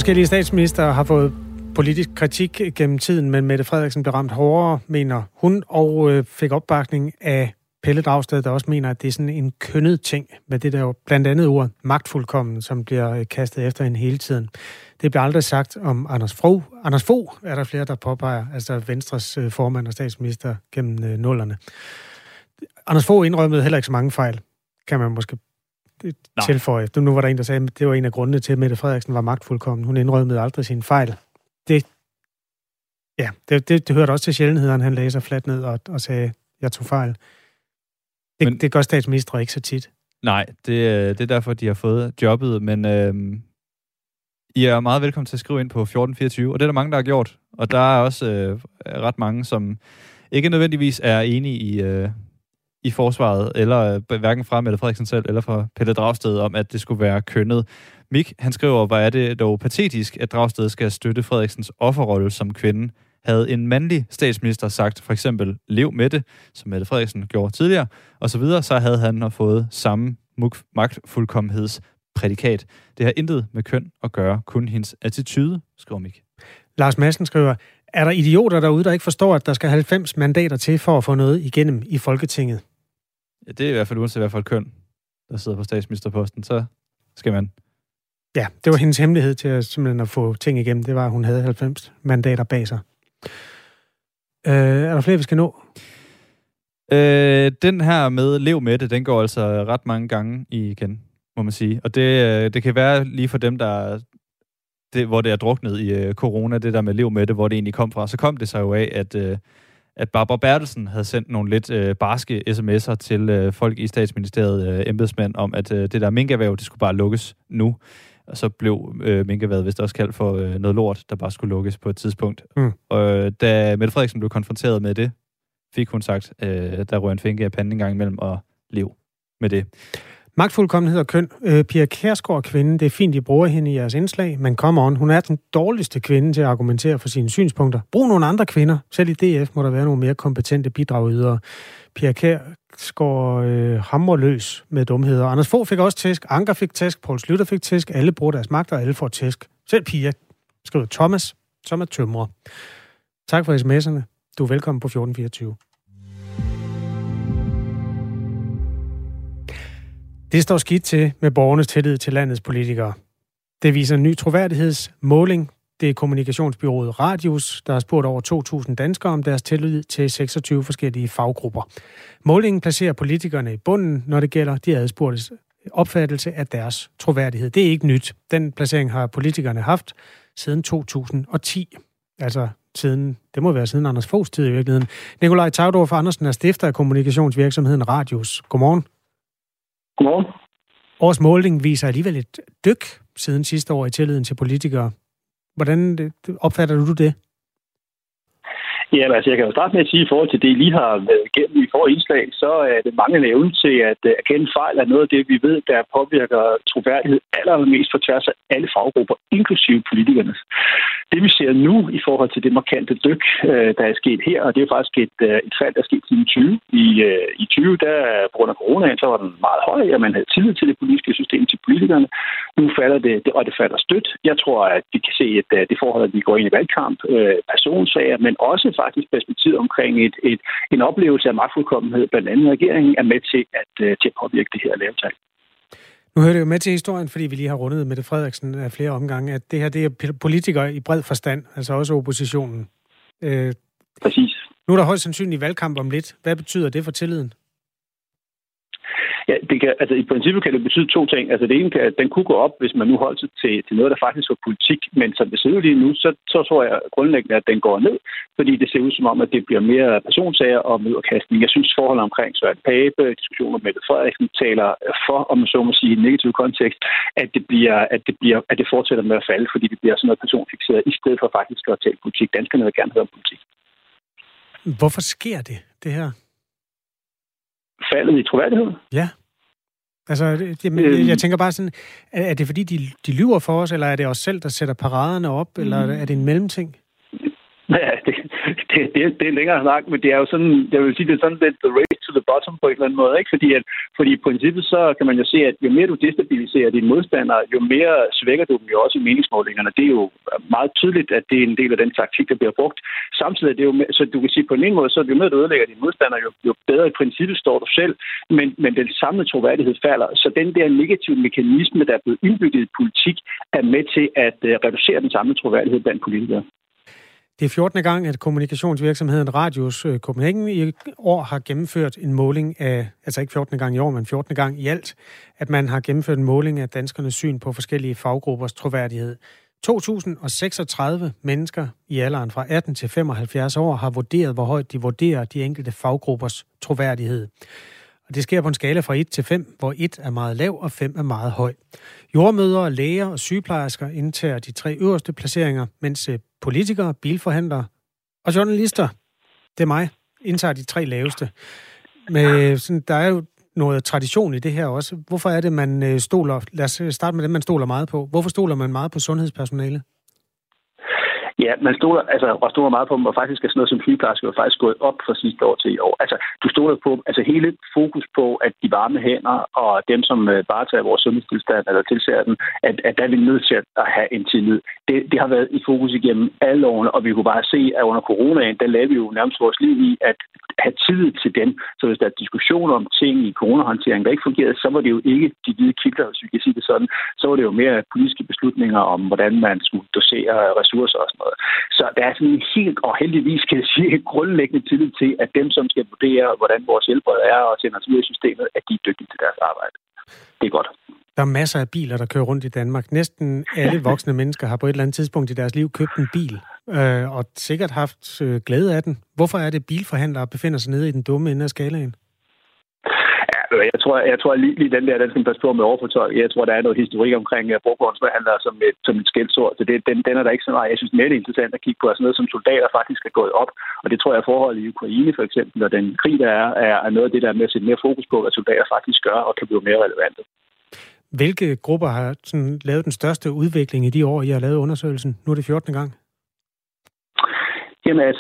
forskellige statsministre har fået politisk kritik gennem tiden, men Mette Frederiksen blev ramt hårdere, mener hun, og fik opbakning af Pelle Dragsted, der også mener, at det er sådan en kønnet ting med det der blandt andet ord magtfuldkommen, som bliver kastet efter hende hele tiden. Det bliver aldrig sagt om Anders Fogh. Anders Fogh er der flere, der påpeger, altså Venstres formand og statsminister gennem nullerne. Anders Fogh indrømmede heller ikke så mange fejl, kan man måske tilføje. Nu var der en, der sagde, at det var en af grundene til, at Mette Frederiksen var magtfuldkommen. Hun indrømmede aldrig sine fejl. Det hørte også til sjældenhederne, han lagde sig fladt ned og sagde, jeg tog fejl. Det gør statsminister ikke så tit. Nej, det er derfor, de har fået jobbet, men I er meget velkommen til at skrive ind på 1424, og det er der mange, der har gjort. Og der er også ret mange, som ikke nødvendigvis er enige i forsvaret, eller hverken fra Mette Frederiksen selv, eller fra Pelle Dragsted, om at det skulle være kønnet. Mik, han skriver, hvor er det dog patetisk, at Dragsted skal støtte Frederiksens offerrolle som kvinde. Havde en mandlig statsminister sagt for eksempel lev med det, som Mette Frederiksen gjorde tidligere, og så videre, så havde han fået samme magtfuldkommenhedsprædikat. Det har intet med køn at gøre, kun hendes attitude, skriver Mik. Lars Madsen skriver, er der idioter derude, der ikke forstår, at der skal 90 mandater til for at få noget igennem i Folketinget? Ja, det er i hvert fald uanset hvad for et køn, der sidder på statsministerposten, så skal man. Ja, det var hendes hemmelighed til simpelthen at få ting igennem. Det var, at hun havde 90 mandater bag sig. Er der flere, vi skal nå? Den her med lev med det, den går altså ret mange gange igen, må man sige. Og det kan være lige for dem, hvor det er druknet i corona, det der med lev med det, hvor det egentlig kom fra. Så kom det sig jo af, at Barbara Bertelsen havde sendt nogle lidt barske sms'er til folk i statsministeriet, embedsmænd, om at det der minkerhverv, det skulle bare lukkes nu. Og så blev minkerhvervet vist også kaldt for noget lort, der bare skulle lukkes på et tidspunkt. Og da Mette Frederiksen blev konfronteret med det, fik hun sagt, der rører en finke af panden en gang imellem og lev med det. Magtfuldkommenhed og køn. Pia Kjærsgaard kvinde, det er fint, I bruger hende i jeres indslag, men come on, hun er den dårligste kvinde til at argumentere for sine synspunkter. Brug nogle andre kvinder. Selv i DF må der være nogle mere kompetente bidragydere. Pia Kjærsgaard hamrer løs med dumheder. Anders Fogh fik også tæsk, Anker fik tæsk, Poul Schlüter fik tæsk, alle bruger deres magt, og alle får tæsk. Selv Pia, skriver Thomas, som er tømrer. Tak for sms'erne. Du er velkommen på 1424. Det står skidt til med borgernes tillid til landets politikere. Det viser en ny troværdighedsmåling. Det er kommunikationsbyrået Radius, der har spurgt over 2.000 danskere om deres tillid til 26 forskellige faggrupper. Målingen placerer politikerne i bunden, når det gælder de adspurgtes opfattelse af deres troværdighed. Det er ikke nyt. Den placering har politikerne haft siden 2010. Altså det må være siden Anders Foghs tid i virkeligheden. Nikolaj Taudorf Andersen er stifter af kommunikationsvirksomheden Radius. Godmorgen. Godmorgen. Årets måling viser alligevel et dyk siden sidste år i tilliden til politikere. Hvordan opfatter du det? Ja, altså jeg kan jo starte med at sige, i forhold til det, I lige har været igennem i forrige indslag, så er det manglende evne til at erkende fejl af noget af det, vi ved, der påvirker troværdighed allermest på tværs af alle faggrupper, inklusive politikernes. Det vi ser nu i forhold til det markante dyk, der er sket her, og det er jo faktisk et fald, der er sket siden 20. I 20, der på grund af coronaen, så var den meget høj, og man havde tillid til det politiske system, til politikerne. Nu falder det, og det falder stødt. Jeg tror, at vi kan se, at det forhold, at vi går ind i valgkamp, personsager, men også faktisk perspektivet omkring en oplevelse af magtfuldkommenhed, blandt andet regeringen, er med til at påvirke det her lavtal. Nu hører det jo med til historien, fordi vi lige har rundet Mette Frederiksen af flere omgange, at det her det er politikere i bred forstand, altså også oppositionen. Præcis. Nu er der højst sandsynligt valgkamp om lidt. Hvad betyder det for tilliden? Ja, i princippet kan det betyde to ting. Altså det ene den kunne gå op, hvis man nu holdt sig til noget, der faktisk var politik, men som det ser ud lige nu, så tror jeg grundlæggende, at den går ned, fordi det ser ud som om, at det bliver mere personsager og møderkastning. Jeg synes forholdet omkring Søren Pape, diskussioner med Mette Frederiksen taler for, om man så må sige, i en negativ kontekst, at det fortsætter med at falde, fordi det bliver sådan noget personfikseret, i stedet for faktisk at tale politik. Danskerne vil gerne høre om politik. Hvorfor sker det her? Faldet i troværdighed? Ja. Altså, jeg tænker bare sådan, er det fordi, de lyver for os, eller er det os selv, der sætter paraderne op, eller er det en mellemting? Ja, det er en længere snak, men det er jo sådan, jeg vil sige, det er sådan lidt the race to the bottom på en eller anden måde, ikke? Fordi i princippet så kan man jo se, at jo mere du destabiliserer dine modstandere, jo mere svækker du dem jo også i meningsmålingerne. Det er jo meget tydeligt, at det er en del af den taktik, der bliver brugt. Samtidig er det jo, så du kan sige på en ene måde, så jo mere du ødelægger dine modstandere, jo bedre i princippet står du selv, men den samlede troværdighed falder. Så den der negative mekanisme, der er blevet indbygget i politik, er med til at reducere den samlede troværdighed blandt politikere. Det er 14. gang, at kommunikationsvirksomheden Radius Copenhagen i år har gennemført en måling af, altså ikke 14. gang i år, men 14. gang i alt, at man har gennemført en måling af danskernes syn på forskellige faggruppers troværdighed. 2036 mennesker i alderen fra 18 til 75 år har vurderet, hvor højt de vurderer de enkelte faggruppers troværdighed. Og det sker på en skala fra 1 til 5, hvor 1 er meget lav og 5 er meget høj. Jordemødre, læger og sygeplejersker indtager de 3 øverste placeringer, mens politikere, bilforhandlere og journalister, det er mig, indtager de 3 laveste. Men sådan, der er jo noget tradition i det her også. Hvorfor er det, man stoler... Lad os starte med det, man stoler meget på. Hvorfor stoler man meget på sundhedspersonale? Ja, man stoler meget på dem, og faktisk er sådan noget som sygeplejersker jo faktisk gået op fra sidste år til i år. Altså, du stoler på, altså hele fokus på, at de varme hænder og dem, som bare tager vores sundhedstilstand eller tilser den, at der er vi nødt til at have en tillid. Det har været i fokus igennem alle årene, og vi kunne bare se, at under coronaen, der lavede vi jo nærmest vores liv i at have tillid til dem. Så hvis der er diskussioner om ting i coronahåndtering, der ikke fungerede, så var det jo ikke de hvide kitler, hvis vi kan sige det sådan. Så var det jo mere politiske beslutninger om, hvordan man skulle dosere ressourcer og sådan noget. Så der er sådan en helt, og heldigvis kan jeg sige, grundlæggende tillid til, at dem, som skal vurdere, hvordan vores helbred er og sender os videre i systemet, at de er dygtige til deres arbejde. Det er godt. Der er masser af biler, der kører rundt i Danmark. Næsten alle voksne mennesker har på et eller andet tidspunkt i deres liv købt en bil, og sikkert haft glæde af den. Hvorfor er det, bilforhandlere befinder sig nede i den dumme ende af skalaen? Jeg tror lige den skal man passe på med overfortolk. Jeg tror, der er noget historik omkring brugtvognsforhandlere som et skældsord. Så den er der ikke så meget. Jeg synes, det er interessant at kigge på, sådan noget som soldater faktisk er gået op. Og det tror jeg forholdet i Ukraine for eksempel, og den krig, der er noget af det, der er med at sætte mere fokus på, hvad soldater faktisk gør og kan blive mere relevante. Hvilke grupper har sådan lavet den største udvikling i de år, I har lavet undersøgelsen? Nu er det 14. gang. Jamen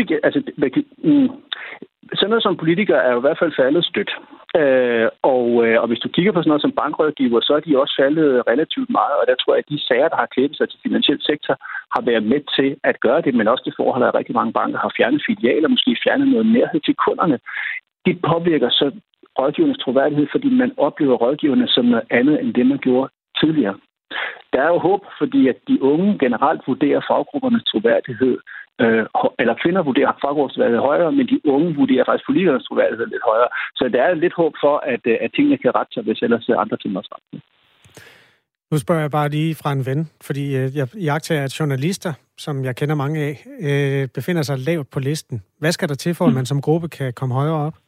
sådan noget som politikere er jo i hvert fald faldet stødt. Og hvis du kigger på sådan noget som bankrådgiver, så er de også faldet relativt meget. Og der tror jeg, at de sager, der har klædt sig til finansiel sektor, har været med til at gøre det. Men også det forhold, at rigtig mange banker har fjernet filialer, måske fjernet noget nærhed til kunderne. Det påvirker så rådgivernes troværdighed, fordi man oplever rådgiverne som noget andet, end det man gjorde tidligere. Der er jo håb, fordi at de unge generelt vurderer faggruppernes troværdighed, eller kvinder vurderer faggruppernes troværdighed højere, men de unge vurderer faktisk politikernes troværdighed lidt højere. Så der er lidt håb for, at tingene kan rette sig, hvis ellers andre ting også ret. Nu spørger jeg bare lige fra en ven, fordi jeg iagttager, at journalister, som jeg kender mange af, befinder sig lavt på listen. Hvad skal der til for, at man som gruppe kan komme højere op?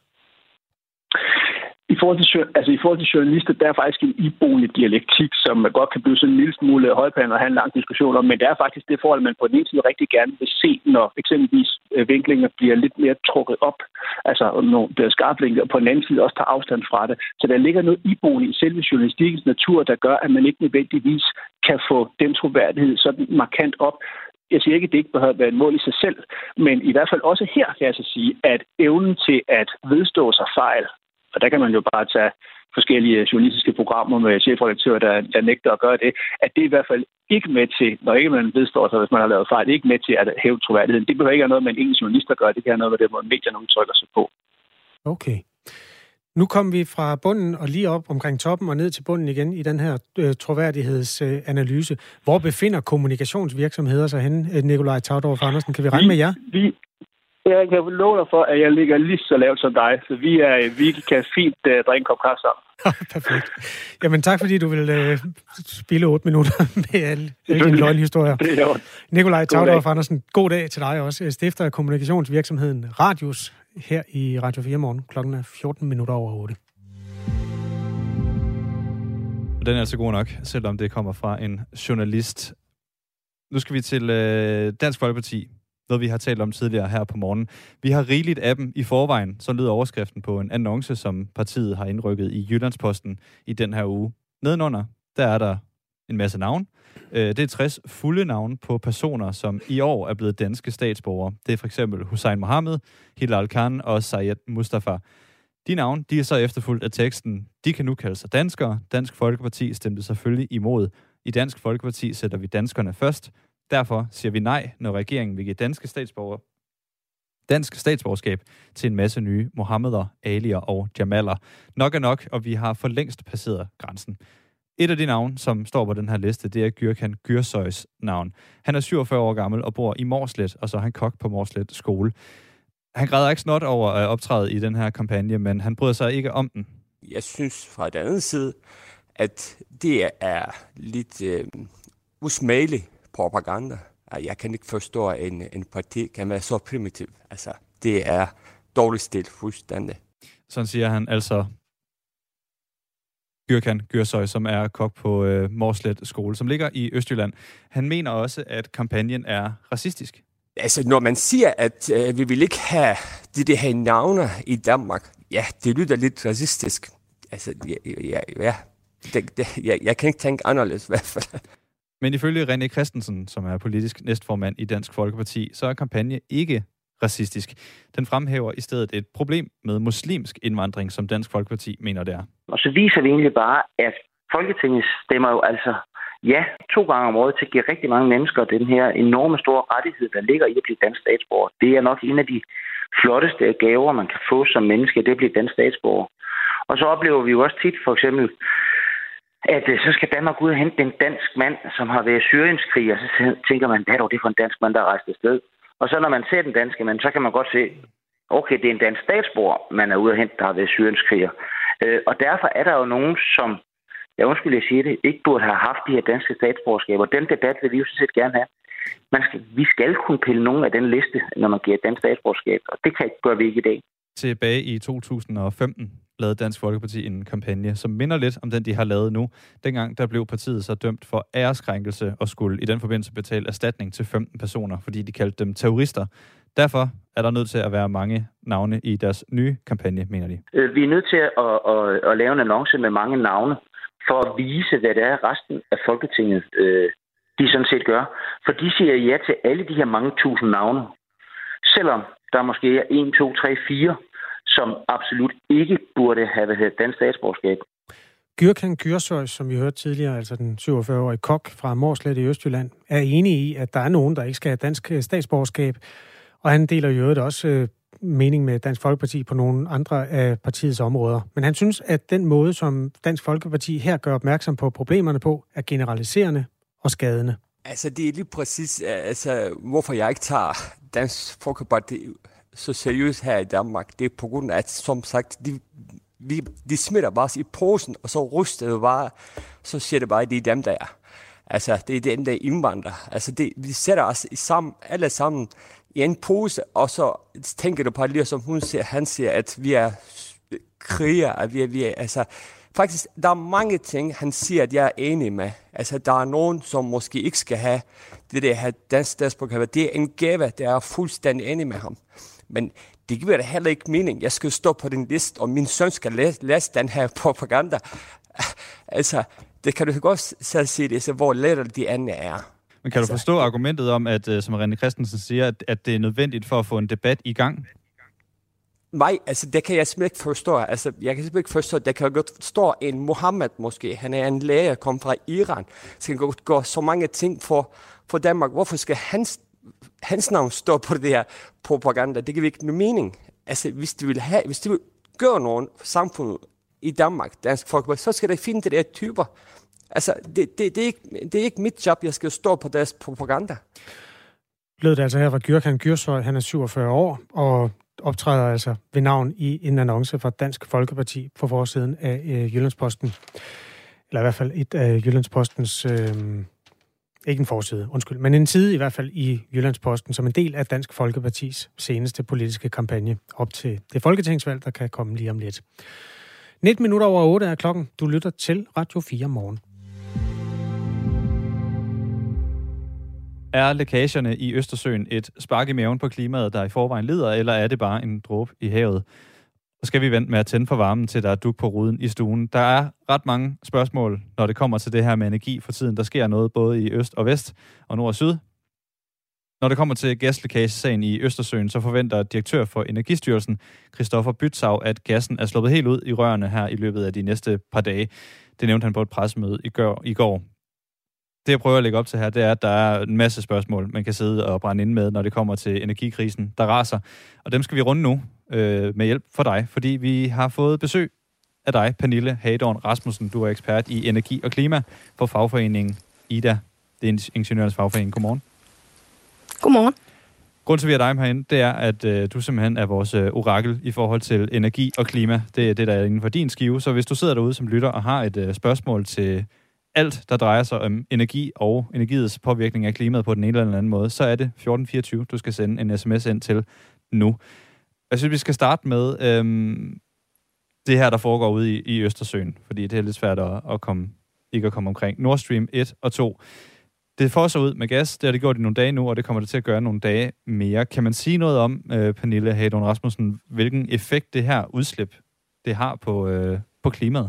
I forhold til journalister, der er faktisk en iboende dialektik, som godt kan blive sådan en lille smule højpandet og have en lang diskussion om, men det er faktisk det forhold, at man på den ene side rigtig gerne vil se, når eksempelvis vinklinger bliver lidt mere trukket op, altså når der er skarpvinkler, og på den anden side også tager afstand fra det. Så der ligger noget iboende i selve journalistikkens natur, der gør, at man ikke nødvendigvis kan få den troværdighed sådan markant op. Jeg siger ikke, at det ikke behøver at være et mål i sig selv, men i hvert fald også her kan jeg så sige, at evnen til at vedstå sig fejl, og der kan man jo bare tage forskellige journalistiske programmer med chefredaktører, der nægter at gøre det, at det er i hvert fald ikke med til, når ikke man vedstår sig, hvis man har lavet fejl, det er ikke med til at hæve troværdigheden. Det behøver ikke have noget med en enkelt journalister gør, det kan have noget med det, hvor medierne udtrykker sig på. Okay. Nu kom vi fra bunden og lige op omkring toppen og ned til bunden igen i den her troværdighedsanalyse. Hvor befinder kommunikationsvirksomheder sig henne, Nikolaj Taudorf Andersen? Kan vi regne med jer? Jeg kan love dig for, at jeg ligger lige så lavt som dig, så vi kan fint drikke en kop kaffe sammen. Perfekt. Jamen tak, fordi du vil spille 8 minutter med alle dine løgnhistorier. Nikolaj Taudorf Andersen, god dag til dig også. Stifter af kommunikationsvirksomheden Radius her i Radio 4 morgen. Klokken er 14 minutter over 8. Den er altså god nok, selvom det kommer fra en journalist. Nu skal vi til Dansk Folkeparti. Noget, vi har talt om tidligere her på morgen. Vi har rigeligt af dem i forvejen, så lyder overskriften på en annonce, som partiet har indrykket i Jyllandsposten i den her uge. Nedenunder, der er der en masse navne. Det er 60 fulde navne på personer, som i år er blevet danske statsborgere. Det er for eksempel Hussein Mohammed, Hilal Khan og Syed Mustafa. De navne, de er så efterfulgt af teksten, de kan nu kalde sig danskere. Dansk Folkeparti stemte selvfølgelig imod. I Dansk Folkeparti sætter vi danskerne først. Derfor siger vi nej, når regeringen vil give dansk statsborgerskab til en masse nye Mohammeder, Alier og Jamaler. Nok er nok, og vi har for længst passeret grænsen. Et af de navne, som står på den her liste, det er Gürkan Gürsoys navn. Han er 47 år gammel og bor i Mårslet, og så er han kok på Mårslet skole. Han græder ikke snot over at optræde i den her kampagne, men han bryder sig ikke om den. Jeg synes fra den anden side, at det er lidt usmagelig propaganda. Jeg kan ikke forstå, at en parti kan være så primitiv. Altså, det er dårligt stillet fuldstændig. Sådan siger han altså Gürkan Gürsoy, som er kok på Mårslet skole, som ligger i Østjylland. Han mener også, at kampagnen er racistisk. Altså, når man siger, at vi vil ikke have de her navne i Danmark, ja, det lyder lidt racistisk. Altså, jeg kan ikke tænke anderledes i hvert fald. Men ifølge René Christensen, som er politisk næstformand i Dansk Folkeparti, så er kampagne ikke racistisk. Den fremhæver i stedet et problem med muslimsk indvandring, som Dansk Folkeparti mener det er. Og så viser vi egentlig bare, at Folketinget stemmer jo altså ja 2 gange om året til at give rigtig mange mennesker den her enorme store rettighed, der ligger i at blive dansk statsborger. Det er nok en af de flotteste gaver, man kan få som menneske, det er at blive dansk statsborger. Og så oplever vi jo også tit for eksempel, at så skal Danmark ud og hente en dansk mand, som har været syrienskrig, og så tænker man, hvad er det for en dansk mand, der er rejst afsted? Og så når man ser den danske mand, så kan man godt se, okay, det er en dansk statsborger, man er ude og hente, der har været syrienskriger. Og derfor er der jo nogen, som, jeg siger det, ikke burde have haft de her danske statsborgerskaber. Den debat vil vi jo så set gerne have. Vi skal kunne pille nogen af den liste, når man giver et dansk statsborgerskab, og det gør vi ikke i dag. Tilbage i 2015 lavede Dansk Folkeparti en kampagne, som minder lidt om den, de har lavet nu. Dengang der blev partiet så dømt for æreskrænkelse og skulle i den forbindelse betale erstatning til 15 personer, fordi de kaldte dem terrorister. Derfor er der nødt til at være mange navne i deres nye kampagne, mener de. Vi er nødt til at lave en annonce med mange navne, for at vise, hvad det er resten af Folketinget, de sådan set gør. For de siger ja til alle de her mange tusind navne. Selvom der måske er 1, 2, 3, 4, som absolut ikke burde have dansk statsborgerskab. Gürkan Gürsoy, som vi hørte tidligere, altså den 47-årige kok fra Mårslet i Østjylland, er enig i, at der er nogen, der ikke skal have dansk statsborgerskab. Og han deler jo også mening med Dansk Folkeparti på nogle andre af partiets områder. Men han synes, at den måde, som Dansk Folkeparti her gør opmærksom på problemerne på, er generaliserende og skadende. Altså, det er lige præcis, hvorfor jeg ikke tager Dansk Folkeparti så seriøst her i Danmark. Det er på grund af, at som sagt, de smitter bare i posen, og så ryster det bare, så siger det bare, at det er dem, der er. Altså, det er dem, der er indvandrere. Altså, vi sætter os alle sammen i en pose, og så tænker du på det, som han siger, at vi er krigere, at vi er, altså, faktisk, der er mange ting, han siger, at jeg er enig med. Altså, der er nogen, som måske ikke skal have det der her dansk statsborgerskab. Det er en gave, der er fuldstændig enig med ham. Men det giver da heller ikke mening. Jeg skal stå på den liste, og min søn skal læse den her propaganda. Altså, det kan du godt selv sige, det, så hvor lettere de andre er. Men kan du forstå argumentet om, at, som René Christensen siger, at det er nødvendigt for at få en debat i gang? Nej, altså det kan jeg simpelthen ikke forstå. Altså, jeg kan simpelthen ikke forstå, der kan godt stå en Mohammed måske. Han er en læge, kom fra Iran. Så kan godt gå så mange ting for Danmark. Hvorfor skal hans navn stå på det her propaganda? Det giver ikke mening. Altså, hvis de vil gøre noget for samfundet i Danmark, dansk folk, så skal de finde de der typer. Altså, det er ikke mit job, jeg skal stå på deres propaganda. Lød det altså her fra Gürkan Gürsoy, han er 47 år, og optræder altså ved navn i en annonce fra Dansk Folkeparti på forsiden af Jyllandsposten. Eller i hvert fald et af Jyllandspostens... ikke en forside, undskyld, men en side i hvert fald i Jyllandsposten, som en del af Dansk Folkepartis seneste politiske kampagne op til det folketingsvalg, der kan komme lige om lidt. 19 minutter over 8 er klokken. Du lytter til Radio 4 morgen. Er lækagerne i Østersøen et spark i maven på klimaet, der i forvejen lider, eller er det bare en dråbe i havet? Så skal vi vente med at tænde for varmen, til der er duk på ruden i stuen. Der er ret mange spørgsmål, når det kommer til det her med energi for tiden. Der sker noget både i øst og vest og nord og syd. Når det kommer til gaslækagesagen i Østersøen, så forventer direktør for Energistyrelsen, Christoffer Bützau, at gassen er sluppet helt ud i rørene her i løbet af de næste par dage. Det nævnte han på et pressemøde i går. Det, jeg prøver at lægge op til her, det er, at der er en masse spørgsmål, man kan sidde og brænde ind med, når det kommer til energikrisen, der raser. Og dem skal vi runde nu med hjælp for dig, fordi vi har fået besøg af dig, Pernille Hadorn Rasmussen. Du er ekspert i energi og klima på fagforeningen IDA. Det er ingeniørernes fagforening. Godmorgen. Godmorgen. Grunden til, at vi har dig herinde, det er, at du simpelthen er vores orakel i forhold til energi og klima. Det er det, der er inden for din skive. Så hvis du sidder derude som lytter og har et spørgsmål til alt, der drejer sig om energi og energiets påvirkning af klimaet på den ene eller anden måde, så er det 1424, du skal sende en sms ind til nu. Jeg synes, vi skal starte med det her, der foregår ude i Østersøen, fordi det er lidt svært at komme omkring. Nord Stream 1 og 2. Det fosser ud med gas, det har det gjort i nogle dage nu, og det kommer det til at gøre nogle dage mere. Kan man sige noget om, Pernille Hadorn Rasmussen, hvilken effekt det her udslip det har på klimaet?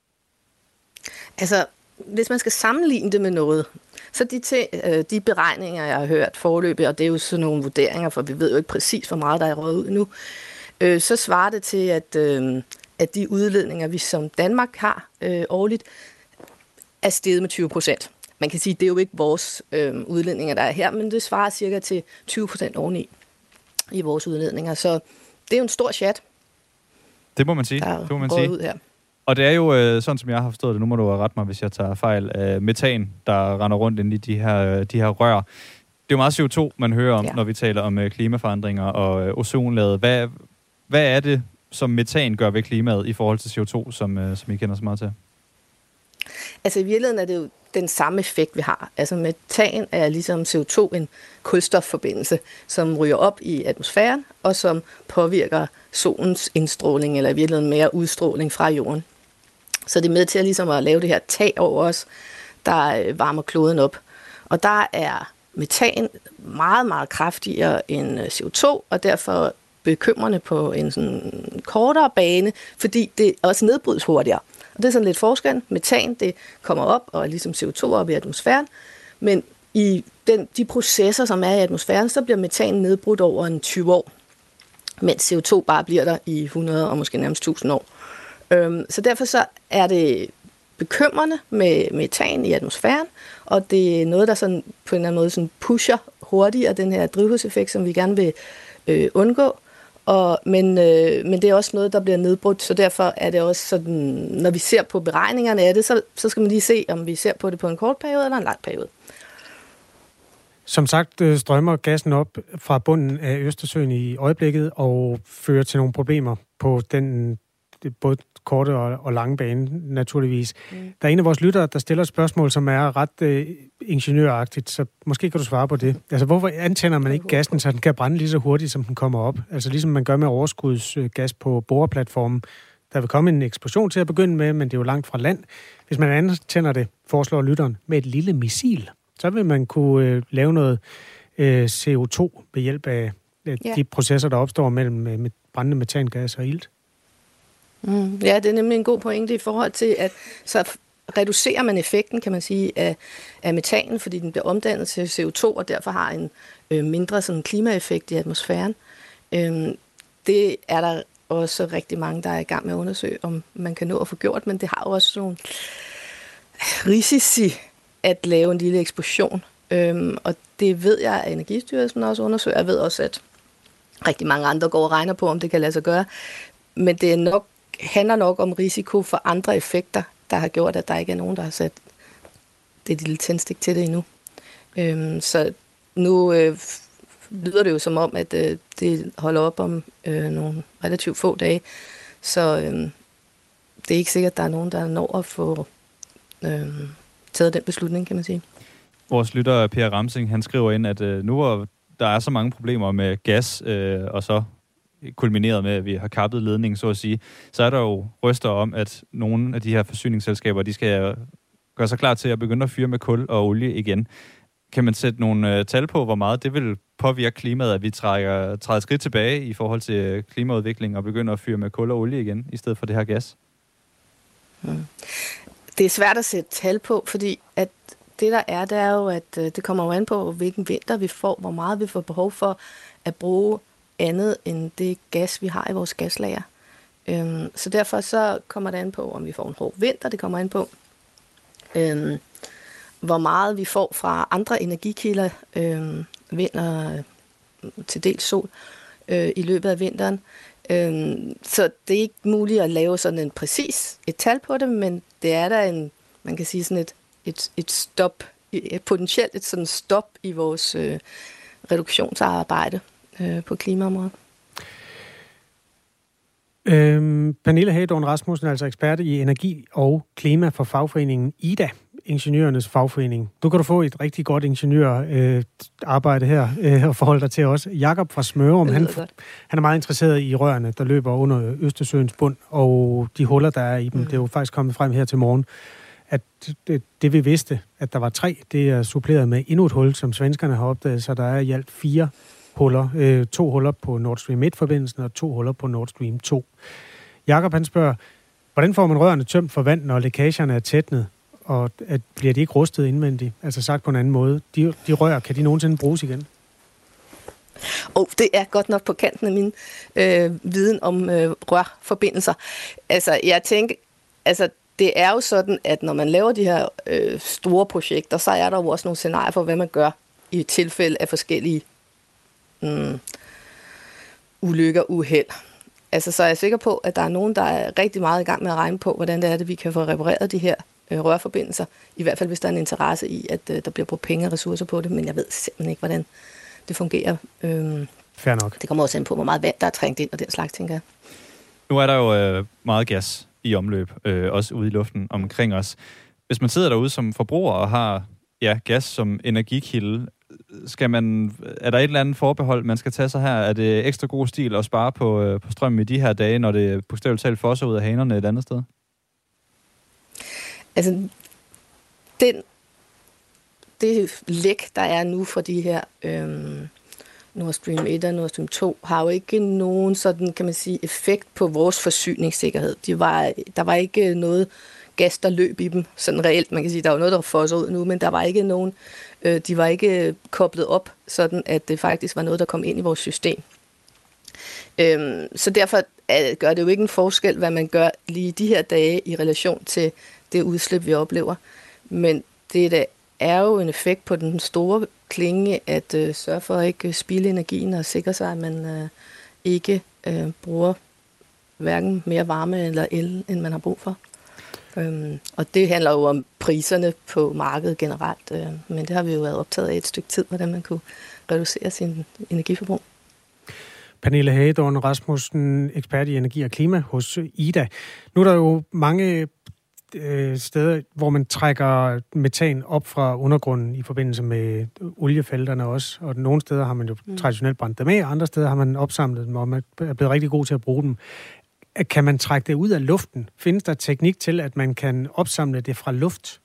Altså, hvis man skal sammenligne det med noget, så de beregninger, jeg har hørt foreløbig, og det er jo sådan nogle vurderinger, for vi ved jo ikke præcis, hvor meget der er røget ud nu, så svarer det til, at de udledninger, vi som Danmark har årligt, er steget med 20%. Man kan sige, at det er jo ikke vores udledninger, der er her, men det svarer cirka til 20% oveni i vores udledninger. Så det er jo en stor chat. Det må man sige. Det må man sige. Ud her. Og det er jo, sådan som jeg har forstået det, nu må du rette mig, hvis jeg tager fejl, af metan, der render rundt ind i de her rør. Det er jo meget CO2, man hører om, når vi taler om klimaforandringer og ozonlaget. Hvad er det, som metan gør ved klimaet i forhold til CO2, som I kender så meget til? Altså i virkeligheden er det jo den samme effekt, vi har. Altså metan er ligesom CO2 en kulstofforbindelse, som ryger op i atmosfæren, og som påvirker solens indstråling, eller i virkeligheden mere udstråling fra jorden. Så det er med til ligesom at lave det her tag over os, der varmer kloden op. Og der er metan meget, meget kraftigere end CO2, og derfor bekymrende på en sådan kortere bane, fordi det også nedbrydes hurtigere. Og det er sådan lidt forskel. Metan, det kommer op og er ligesom CO2 op i atmosfæren, men i de processer, som er i atmosfæren, så bliver metan nedbrudt over en 20 år, mens CO2 bare bliver der i 100 og måske nærmest 1000 år. Så derfor så er det bekymrende med metan i atmosfæren, og det er noget, der sådan på en eller anden måde sådan pusher hurtigere den her drivhuseffekt, som vi gerne vil undgå. Men det er også noget, der bliver nedbrudt, så derfor er det også sådan, når vi ser på beregningerne af det, så skal man lige se, om vi ser på det på en kort periode eller en lang periode. Som sagt strømmer gassen op fra bunden af Østersøen i øjeblikket og fører til nogle problemer på den både korte og lange bane, naturligvis. Der er en af vores lyttere, der stiller et spørgsmål, som er ret ingeniøragtigt, så måske kan du svare på det. Altså, hvorfor antænder man ikke gassen, så den kan brænde lige så hurtigt, som den kommer op? Altså, ligesom man gør med overskudsgas på boreplatformen. Der vil komme en eksplosion til at begynde med, men det er jo langt fra land. Hvis man antænder det, foreslår lytteren, med et lille missil, så vil man kunne lave noget CO2 ved hjælp af de processer, der opstår mellem brændende metangas og ilt. Ja, det er nemlig en god pointe i forhold til, at så reducerer man effekten, kan man sige, af metanen, fordi den bliver omdannet til CO2, og derfor har en mindre sådan klimaeffekt i atmosfæren. Det er der også rigtig mange, der er i gang med at undersøge, om man kan nå at få gjort, men det har jo også nogle risici at lave en lille eksplosion. Og det ved jeg, at Energistyrelsen også undersøger. Jeg ved også, at rigtig mange andre går og regner på, om det kan lade sig gøre. Men det handler nok om risiko for andre effekter, der har gjort, at der ikke er nogen, der har sat det lille tændstik til det endnu. Så nu lyder det jo som om, at det holder op om nogle relativt få dage. Så det er ikke sikkert, at der er nogen, der når at få taget den beslutning, kan man sige. Vores lytter, Per Ramsing, han skriver ind, at nu hvor der er så mange problemer med gas, og så kulmineret med, at vi har kappet ledningen, så at sige, så er der jo røster om, at nogle af de her forsyningsselskaber, de skal gøre sig klar til at begynde at fyre med kul og olie igen. Kan man sætte nogle tal på, hvor meget det vil påvirke klimaet, at vi træder skridt tilbage i forhold til klimaudvikling og begynder at fyre med kul og olie igen, i stedet for det her gas? Det er svært at sætte tal på, fordi at det er jo, at det kommer jo an på, hvilken vinter vi får, hvor meget vi får behov for at bruge andet end det gas, vi har i vores gaslager. Så derfor så kommer det an på, om vi får en hård vinter. Det kommer an på, hvor meget vi får fra andre energikilder, vind og til dels sol, i løbet af vinteren. Så det er ikke muligt at lave sådan et tal på det, men det er der man kan sige sådan et stop, potentielt et sådan stop i vores reduktionsarbejde på klimaområdet. Pernille Hagedorn Rasmussen er altså ekspert i energi og klima for fagforeningen IDA, ingeniørernes fagforening. Nu kan du få et rigtig godt ingeniørarbejde her og forholde dig til også. Jakob fra Smørum, han er meget interesseret i rørene, der løber under Østersøens bund, og de huller, der er i dem. Det er jo faktisk kommet frem her til morgen, at det vi vidste, at der var 3, det er suppleret med endnu et hul, som svenskerne har opdaget, så der er i alt 4 huller. 2 huller på Nord Stream 1-forbindelsen og 2 huller på Nord Stream 2. Jakob han spørger, hvordan får man rørene tømt for vand, når lækagerne er tætnet, og bliver de ikke rustet indvendigt? Altså sagt på en anden måde. De rør, kan de nogensinde bruges igen? Det er godt nok på kanten af min viden om rørforbindelser. Altså, jeg tænker, det er jo sådan, at når man laver de her store projekter, så er der jo også nogle scenarier for, hvad man gør i tilfælde af forskellige ulykker, uheld. Altså, så er jeg sikker på, at der er nogen, der er rigtig meget i gang med at regne på, hvordan det er, at vi kan få repareret de her rørforbindelser. I hvert fald, hvis der er en interesse i, at der bliver brugt penge og ressourcer på det, men jeg ved simpelthen ikke, hvordan det fungerer. Fair nok. Det kommer også an på, hvor meget vand, der er trængt ind og den slags, tænker jeg. Nu er der jo meget gas i omløb, også ude i luften omkring os. Hvis man sidder derude som forbruger og har gas som energikilde, er der et eller andet forbehold, man skal tage sig her? Er det ekstra god stil at spare på strømmen i de her dage, når det bogstaveligt talt fosser ud af hanerne et andet sted? Altså, det læk, der er nu for de her Nord Stream 1 og Nord Stream 2, har jo ikke nogen sådan, kan man sige, effekt på vores forsyningssikkerhed. Der var ikke noget gas, der løb i dem, sådan reelt. Man kan sige, der var noget, der fosser ud nu, men der var ikke nogen, de var ikke koblet op, sådan at det faktisk var noget, der kom ind i vores system. Så derfor gør det jo ikke en forskel, hvad man gør lige de her dage i relation til det udslip, vi oplever. Men det er jo en effekt på den store klinge, at sørge for at ikke spilde energien og sikre sig, at man ikke bruger hverken mere varme eller el, end man har brug for. Og det handler jo om priserne på markedet generelt, men det har vi jo været optaget af et stykke tid, hvordan man kunne reducere sin energiforbrug. Pernille Hagedorn Rasmussen, ekspert i energi og klima hos IDA. Nu er der jo mange steder, hvor man trækker metan op fra undergrunden i forbindelse med oliefelterne også, og nogle steder har man jo traditionelt brændt dem af, og andre steder har man opsamlet dem, og man er blevet rigtig god til at bruge dem. Kan man trække det ud af luften? Findes der teknik til, at man kan opsamle det fra luft?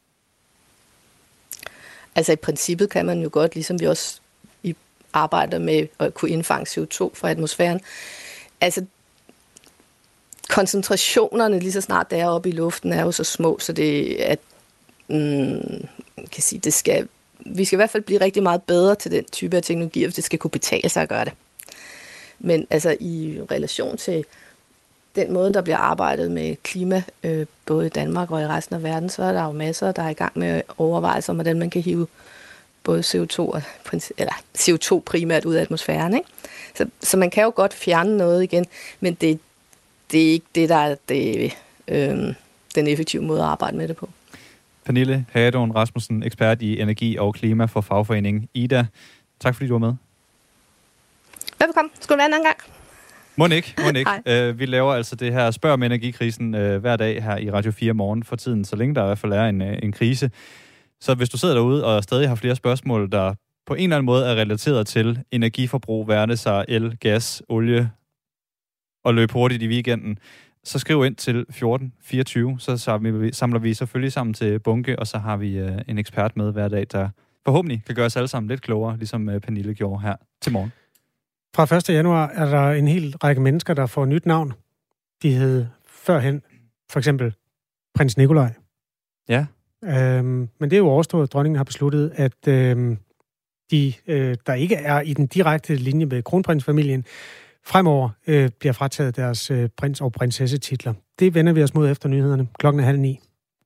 Altså i princippet kan man jo godt, ligesom vi også arbejder med at kunne indfange CO2 fra atmosfæren. Altså koncentrationerne lige så snart det er oppe i luften er jo så små, så det at kan sige, vi skal i hvert fald blive rigtig meget bedre til den type af teknologier, hvis det skal kunne betale sig at gøre det. Men altså i relation til den måde, der bliver arbejdet med klima, både i Danmark og i resten af verden, så er der jo masser, der er i gang med overvejelser om, hvordan man kan hive både CO2 primært ud af atmosfæren. Ikke? Så man kan jo godt fjerne noget igen, men det er ikke det, der er den effektive måde at arbejde med det på. Pernille Hagedorn Rasmussen, ekspert i energi og klima for fagforeningen IDA. Tak fordi du var med. Velbekomme. Skulle det være en anden gang? Må ikke. Vi laver altså det her Spørg om energikrisen hver dag her i Radio 4 morgen for tiden, så længe der i hvert fald er en krise. Så hvis du sidder derude og stadig har flere spørgsmål, der på en eller anden måde er relateret til energiforbrug, værne sig el, gas, olie og løb hurtigt i weekenden, så skriv ind til 1424, så samler vi selvfølgelig sammen til bunke, og så har vi en ekspert med hver dag, der forhåbentlig kan gøre os alle sammen lidt klogere, ligesom Pernille gjorde her til morgen. Fra 1. januar er der en hel række mennesker, der får nyt navn. De hed førhen for eksempel prins Nikolaj. Ja. Men det er jo overstået. Dronningen har besluttet, at de, der ikke er i den direkte linje med kronprinsfamilien, fremover bliver frataget deres prins- og prinsessetitler. Det vender vi os mod efter nyhederne. 8:30.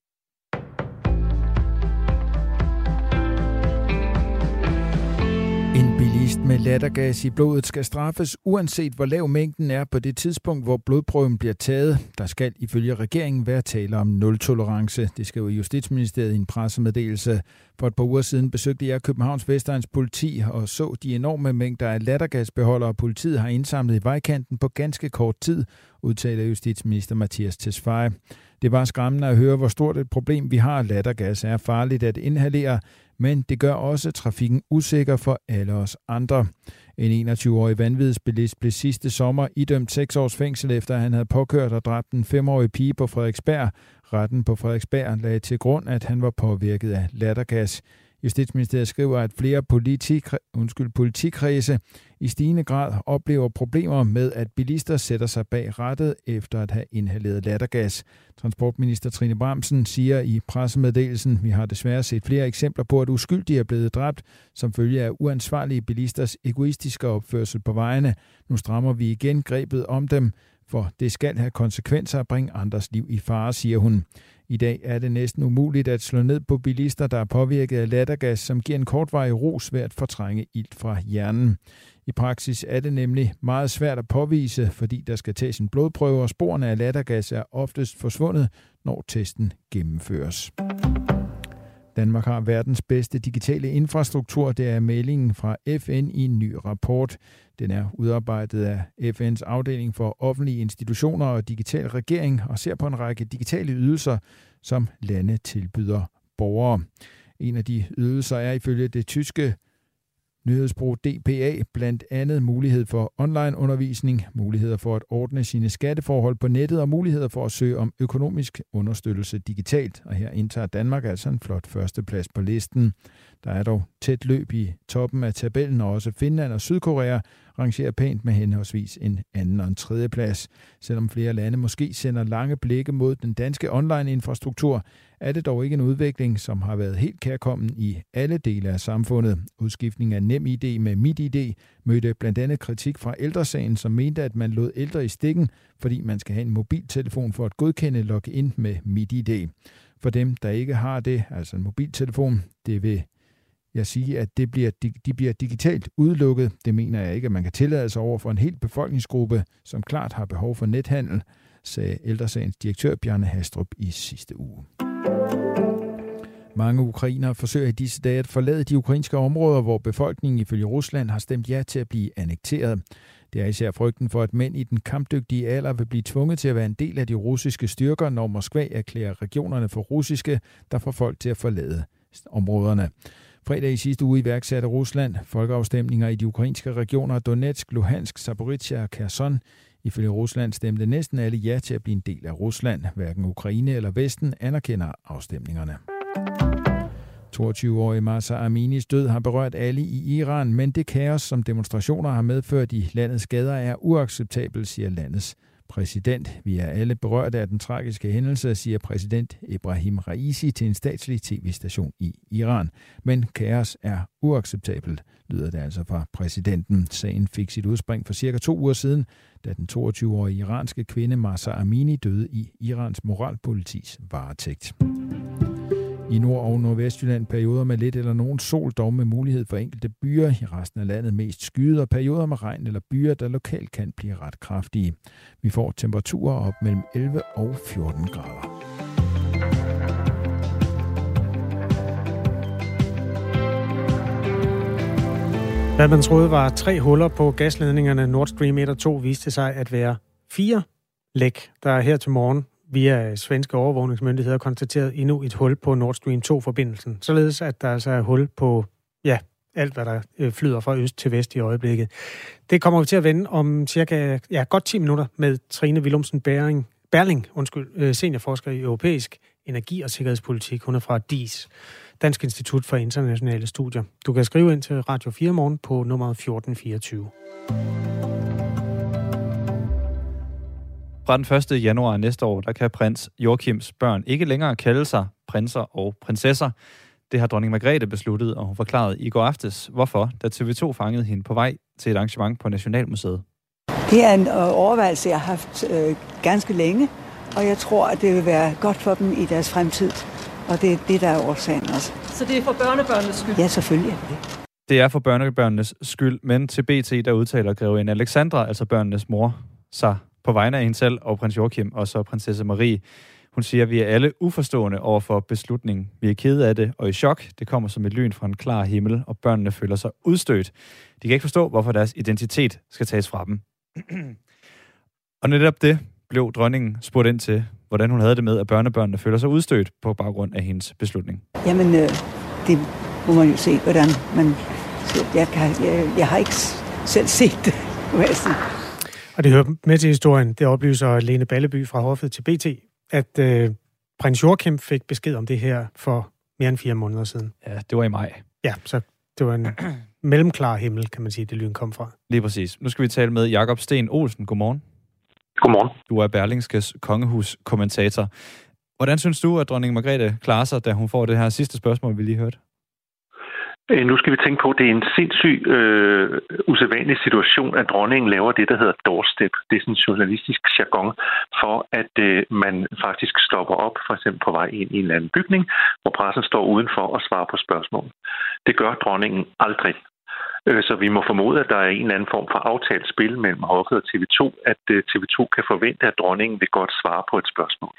En bilist med lattergas i blodet skal straffes, uanset hvor lav mængden er på det tidspunkt, hvor blodprøven bliver taget. Der skal ifølge regeringen være tale om nul-tolerance. Det skriver Justitsministeriet i en pressemeddelelse. For et par uger siden besøgte jeg Københavns Vestegns politi og så de enorme mængder af lattergasbeholdere, politiet har indsamlet i vejkanten på ganske kort tid, udtaler justitsminister Mattias Tesfaye. Det var skræmmende at høre, hvor stort et problem vi har. Lattergas er farligt at inhalere, men det gør også trafikken usikker for alle os andre. En 21-årig vanvidsbilist blev sidste sommer idømt 6 års fængsel, efter han havde påkørt og dræbt en 5-årig pige på Frederiksberg. Retten på Frederiksberg lagde til grund, at han var påvirket af lattergas. Justitsministeriet skriver, at flere politikredse i stigende grad oplever problemer med, at bilister sætter sig bag rattet efter at have inhaleret lattergas. Transportminister Trine Bramsen siger i pressemeddelelsen, vi har desværre set flere eksempler på, at uskyldige er blevet dræbt som følge af uansvarlige bilisters egoistiske opførsel på vejene. Nu strammer vi igen grebet om dem, for det skal have konsekvenser at bringe andres liv i fare, siger hun. I dag er det næsten umuligt at slå ned på bilister, der er påvirket af lattergas, som giver en kortvarig rus ved at fortrænge ilt fra hjernen. I praksis er det nemlig meget svært at påvise, fordi der skal tages en blodprøve, og sporene af lattergas er oftest forsvundet, når testen gennemføres. Danmark har verdens bedste digitale infrastruktur. Det er meldingen fra FN i en ny rapport. Den er udarbejdet af FN's afdeling for offentlige institutioner og digital regering og ser på en række digitale ydelser, som lande tilbyder borgere. En af de ydelser er ifølge det tyske nyhedsbureau DPA blandt andet mulighed for online-undervisning, muligheder for at ordne sine skatteforhold på nettet og muligheder for at søge om økonomisk understøttelse digitalt. Og her indtager Danmark altså en flot førsteplads på listen. Der er dog tæt løb i toppen af tabellen, og også Finland og Sydkorea rangerer pænt med henholdsvis en anden og en tredje plads. Selvom flere lande måske sender lange blikke mod den danske online-infrastruktur, er det dog ikke en udvikling, som har været helt kærkommen i alle dele af samfundet. Udskiftning af NemID med MitID mødte blandt andet kritik fra Ældresagen, som mente, at man lod ældre i stikken, fordi man skal have en mobiltelefon for at godkende login med MitID. For dem, der ikke har det, altså en mobiltelefon, det vil jeg sige, at de bliver digitalt udelukket. Det mener jeg ikke, at man kan tillade sig over for en hel befolkningsgruppe, som klart har behov for nethandel, sagde Ældresagens direktør Bjarne Hastrup i sidste uge. Mange ukrainere forsøger i disse dage at forlade de ukrainske områder, hvor befolkningen ifølge Rusland har stemt ja til at blive annekteret. Det er især frygten for, at mænd i den kampdygtige alder vil blive tvunget til at være en del af de russiske styrker, når Moskva erklærer regionerne for russiske, der får folk til at forlade områderne. Fredag i sidste uge iværksatte Rusland folkeafstemninger i de ukrainske regioner Donetsk, Luhansk, Zaporizhzhia og Kherson. Ifølge Rusland stemte næsten alle ja til at blive en del af Rusland. Hverken Ukraine eller Vesten anerkender afstemningerne. 22-årige Mahsa Aminis død har berørt alle i Iran, men det kaos, som demonstrationer har medført i landets gader, er uacceptabelt, siger landets præsident. Vi er alle berørte af den tragiske hændelse, siger præsident Ebrahim Raisi til en statslig tv-station i Iran. Men kaos er uacceptabelt, lyder det altså fra præsidenten. Sagen fik sit udspring for cirka 2 uger siden, da den 22-årige iranske kvinde Mahsa Amini døde i Irans moralpolitis varetægt. I Nord- og Nordvestjylland perioder med lidt eller nogen sol, dog med mulighed for enkelte byer. I resten af landet mest skyet og perioder med regn eller byer, der lokalt kan blive ret kraftige. Vi får temperaturer op mellem 11 og 14 grader. Hvad man troede var 3 huller på gasledningerne Nord Stream 1 og 2 viste sig at være 4 læk, der her til morgen via svenske overvågningsmyndigheder konstateret endnu et hul på Nord Stream 2-forbindelsen. Således at der altså er hul på, alt hvad der flyder fra øst til vest i øjeblikket. Det kommer vi til at vende om cirka, godt 10 minutter med Trine Willumsen Berling, seniorforsker i europæisk energi- og sikkerhedspolitik. Hun er fra DIS. Dansk Institut for Internationale Studier. Du kan skrive ind til Radio 4 Morgen på nummer 1424. Fra den 1. januar næste år, der kan prins Joachims børn ikke længere kalde sig prinser og prinsesser. Det har dronning Margrethe besluttet, og hun forklarede i går aftes, hvorfor, da TV2 fangede hende på vej til et arrangement på Nationalmuseet. Det er en overvejelse, jeg har haft ganske længe, og jeg tror, at det vil være godt for dem i deres fremtid. Og det er det, der er årsagen også. Så det er for børnebørnenes skyld? Ja, selvfølgelig. Det er for børnebørnenes skyld, men til BT, der udtaler grevinde Alexandra, altså børnenes mor, sig på vegne af hende selv og prins Joachim og så prinsesse Marie. Hun siger, at vi er alle uforstående over for beslutningen. Vi er kede af det og i chok. Det kommer som et lyn fra en klar himmel, og børnene føler sig udstødt. De kan ikke forstå, hvorfor deres identitet skal tages fra dem. Og netop det blev dronningen spurgt ind til, hvordan hun havde det med, at børnebørnene føler sig udstødt på baggrund af hendes beslutning. Jamen, det må man jo se, hvordan man... Jeg har ikke selv set det, må jeg sige. Og det hører med til historien. Det oplyser Lene Balleby fra hoffet til BT, at prins Joachim fik besked om det her for mere end 4 måneder siden. Ja, det var i maj. Ja, så det var en mellemklar himmel, kan man sige, det lyn kom fra. Lige præcis. Nu skal vi tale med Jakob Sten Olsen. Godmorgen. Godmorgen. Du er Berlingskes kongehuskommentator. Hvordan synes du, at dronning Margrethe klarer sig, da hun får det her sidste spørgsmål, vi lige hørte? Nu skal vi tænke på, at det er en sindssyg, usædvanlig situation, at dronningen laver det, der hedder doorstep. Det er sådan en journalistisk jargon for, at man faktisk stopper op, for eksempel på vej ind i en eller anden bygning, hvor pressen står udenfor og svarer på spørgsmål. Det gør dronningen aldrig. Så vi må formode, at der er en eller anden form for aftalt spil mellem hoffet og TV2, at TV2 kan forvente, at dronningen vil godt svare på et spørgsmål.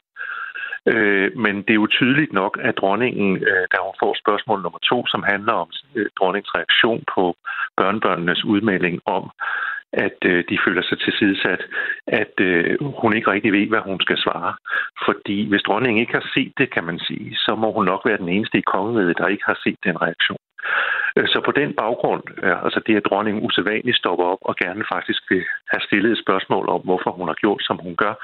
Men det er jo tydeligt nok, at dronningen, da hun får spørgsmål nummer 2, som handler om dronningens reaktion på børnebørnenes udmelding om, at de føler sig tilsidesat, at hun ikke rigtig ved, hvad hun skal svare. Fordi hvis dronningen ikke har set det, kan man sige, så må hun nok være den eneste i kongeriget, der ikke har set den reaktion. Så på den baggrund, altså det, at dronningen usædvanligt stopper op og gerne faktisk vil have stillet et spørgsmål om, hvorfor hun har gjort, som hun gør,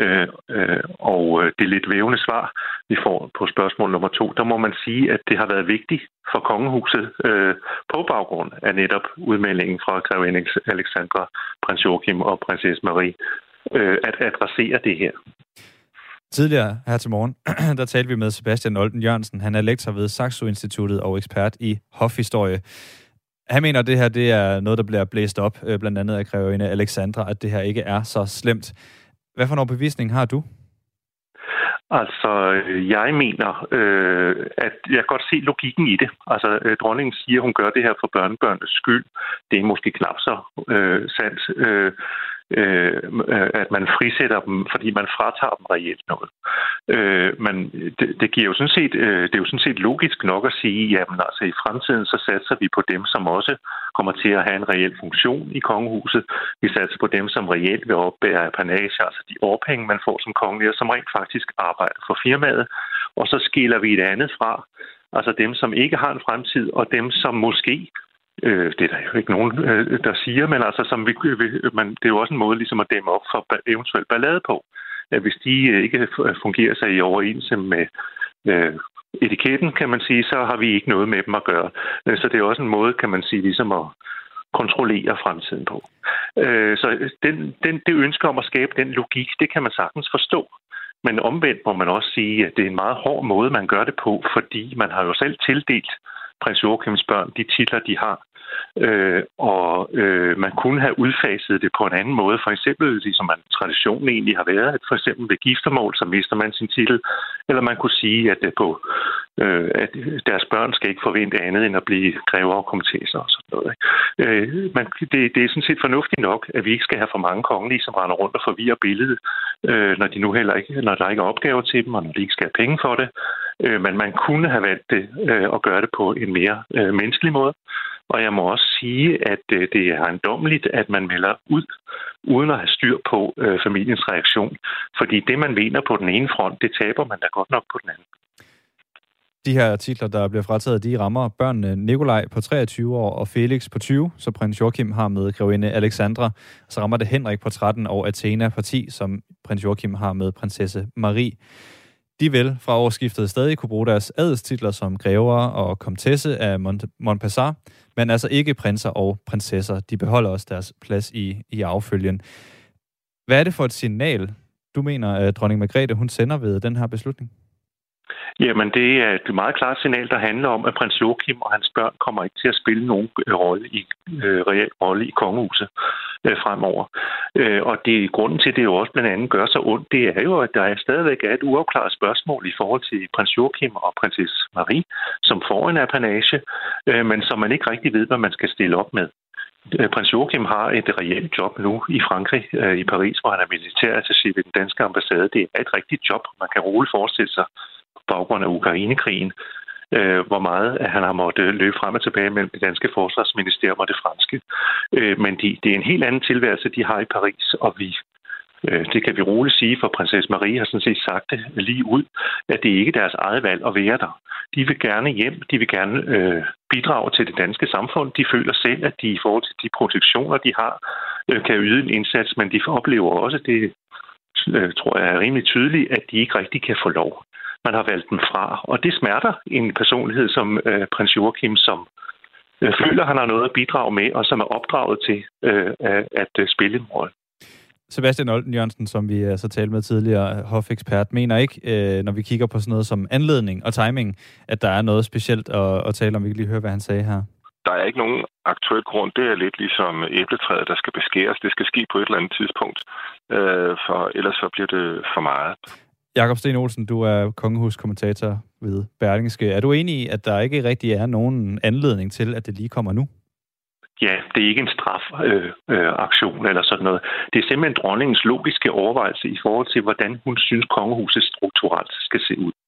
og det lidt vævende svar, vi får på spørgsmål nummer 2, der må man sige, at det har været vigtigt for kongehuset på baggrund af netop udmeldingen fra grevinde Alexandra, prins Joachim og prinsesse Marie, at adressere det her. Tidligere her til morgen, der talte vi med Sebastian Olden Jørgensen. Han er lektor ved Saxo Instituttet og ekspert i hofhistorie. Han mener, at det her det er noget, der bliver blæst op, blandt andet af grevinde Alexandra, at det her ikke er så slemt. Hvad for en bevisning har du? Altså, jeg mener, at jeg kan godt se logikken i det. Altså, dronningen siger, at hun gør det her for børnebørnenes skyld. Det er måske knap så sandt, at man frisætter dem, fordi man fratager dem reelt noget. Men det giver jo sådan set, det er jo sådan set logisk nok at sige, jamen altså i fremtiden så satser vi på dem, som også kommer til at have en reel funktion i kongehuset. Vi satser på dem, som reelt vil opbære apanage, altså de årpenge, man får som kongelig, som rent faktisk arbejder for firmaet. Og så skiller vi et andet fra, altså dem, som ikke har en fremtid, og dem, som måske det er der jo ikke nogen, der siger, men altså, det er jo også en måde ligesom at dæmme op for eventuel ballade på. At hvis de ikke fungerer sig i overensstemmelse med etiketten, kan man sige, så har vi ikke noget med dem at gøre. Så det er også en måde, kan man sige, ligesom at kontrollere fremtiden på. Så det ønske om at skabe den logik, det kan man sagtens forstå. Men omvendt må man også sige, at det er en meget hård måde, man gør det på, fordi man har jo selv tildelt prins Joachims børn de titler, de har. Man kunne have udfaset det på en anden måde, for eksempel ligesom man traditionen egentlig har været, at for eksempel ved giftermål, så mister man sin titel, eller man kunne sige, at deres børn skal ikke forvente andet end at blive grever og komiteser og sådan noget. Det er sådan set fornuftigt nok, at vi ikke skal have for mange kongelige, som render rundt og forvirrer billedet, når der ikke er opgaver til dem, og når de ikke skal have penge for det. Men man kunne have valgt det at gøre det på en mere menneskelig måde. Og jeg må også sige, at det er ejendommeligt, at man melder ud, uden at have styr på familiens reaktion. Fordi det, man vinder på den ene front, det taber man da godt nok på den anden. De her titler, der bliver frataget, de rammer børnene Nikolaj på 23 år og Felix på 20, så prins Joachim har med grevinde Alexandra. Så rammer det Henrik på 13 og Athena på 10, som prins Joachim har med prinsesse Marie. De vil fra årsskiftet stadig kunne bruge deres adelstitler som grever og komtesse af Montpessar, men altså ikke prinser og prinsesser. De beholder også deres plads i arvefølgen. Hvad er det for et signal, du mener, at dronning Margrethe hun sender ved den her beslutning? Jamen, det er et meget klart signal, der handler om, at prins Joachim og hans børn kommer ikke til at spille nogen reel rolle i kongehuset fremover. Og det grunden til, det jo også blandt andet gør så ondt, det er jo, at der stadigvæk er et uafklaret spørgsmål i forhold til prins Joachim og prinsesse Marie, som får en apanage, men som man ikke rigtig ved, hvad man skal stille op med. Prins Joachim har et reelt job nu i Frankrig, i Paris, hvor han er militærattaché ved den danske ambassade. Det er et rigtigt job. Man kan roligt forestille sig på baggrund af Ukrainekrigen, hvor meget han har måttet løbe frem og tilbage mellem det danske forsvarsministerium og det franske. Men det er en helt anden tilværelse, de har i Paris, og det kan vi roligt sige, for prinsesse Marie har sådan set sagt det lige ud, at det ikke er deres eget valg at være der. De vil gerne hjem, de vil gerne bidrage til det danske samfund. De føler selv, at de i forhold til de protektioner, de har, kan yde en indsats, men de oplever også, det tror jeg er rimelig tydeligt, at de ikke rigtig kan få lov. Man har valgt dem fra, og det smerter en personlighed som prins Joachim, som føler, han har noget at bidrage med, og som er opdraget til at spille en rolle. Sebastian Olden Jørgensen, som vi så talte med tidligere, hofekspert, mener ikke, når vi kigger på sådan noget som anledning og timing, at der er noget specielt at tale om. Vi kan lige høre, hvad han sagde her. Der er ikke nogen aktuel grund. Det er lidt ligesom æbletræet, der skal beskæres. Det skal ske på et eller andet tidspunkt, for ellers så bliver det for meget. Jakob Sten Olsen, du er kongehuskommentator ved Berlingske. Er du enig i, at der ikke rigtig er nogen anledning til, at det lige kommer nu? Ja, det er ikke en strafaktion eller sådan noget. Det er simpelthen dronningens logiske overvejelse i forhold til, hvordan hun synes, kongehuset strukturelt skal se ud.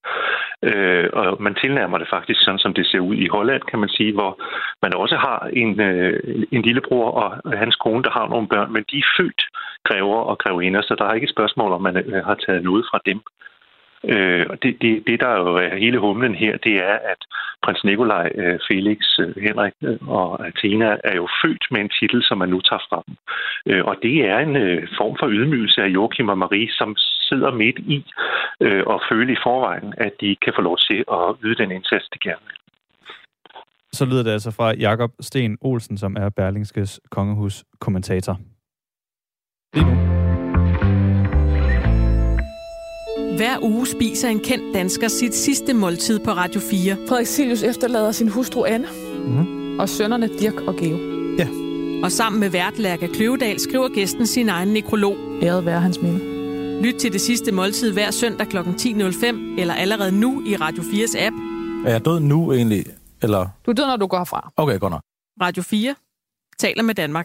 Og man tilnærmer det faktisk sådan, som det ser ud i Holland, kan man sige, hvor man også har en lillebror og hans kone, der har nogle børn, men de er født grever og grevinder, så der er ikke et spørgsmål, om man har taget noget fra dem. Det, der jo er hele humlen her, det er, at prins Nikolaj, Felix, Henrik og Athena er jo født med en titel, som man nu tager fra dem. Og det er en form for ydmygelse af Joachim og Marie, som sidder midt i og føler i forvejen, at de kan få lov til at yde den indsats, de gerne vil. Så lyder det altså fra Jakob Sten Olsen, som er Berlingskes kongehuskommentator. Lige nu. Hver uge spiser en kendt dansker sit sidste måltid på Radio 4. Frederik Silius efterlader sin hustru Anne, og sønnerne Dirk og Geo. Ja. Og sammen med vært Lærke Kløvedal skriver gæsten sin egen nekrolog. Æret være hans minde. Lyt til det sidste måltid hver søndag kl. 10.05, eller allerede nu i Radio 4's app. Er jeg død nu egentlig, eller? Du er død, når du går herfra. Okay, godt nok. Radio 4 taler med Danmark.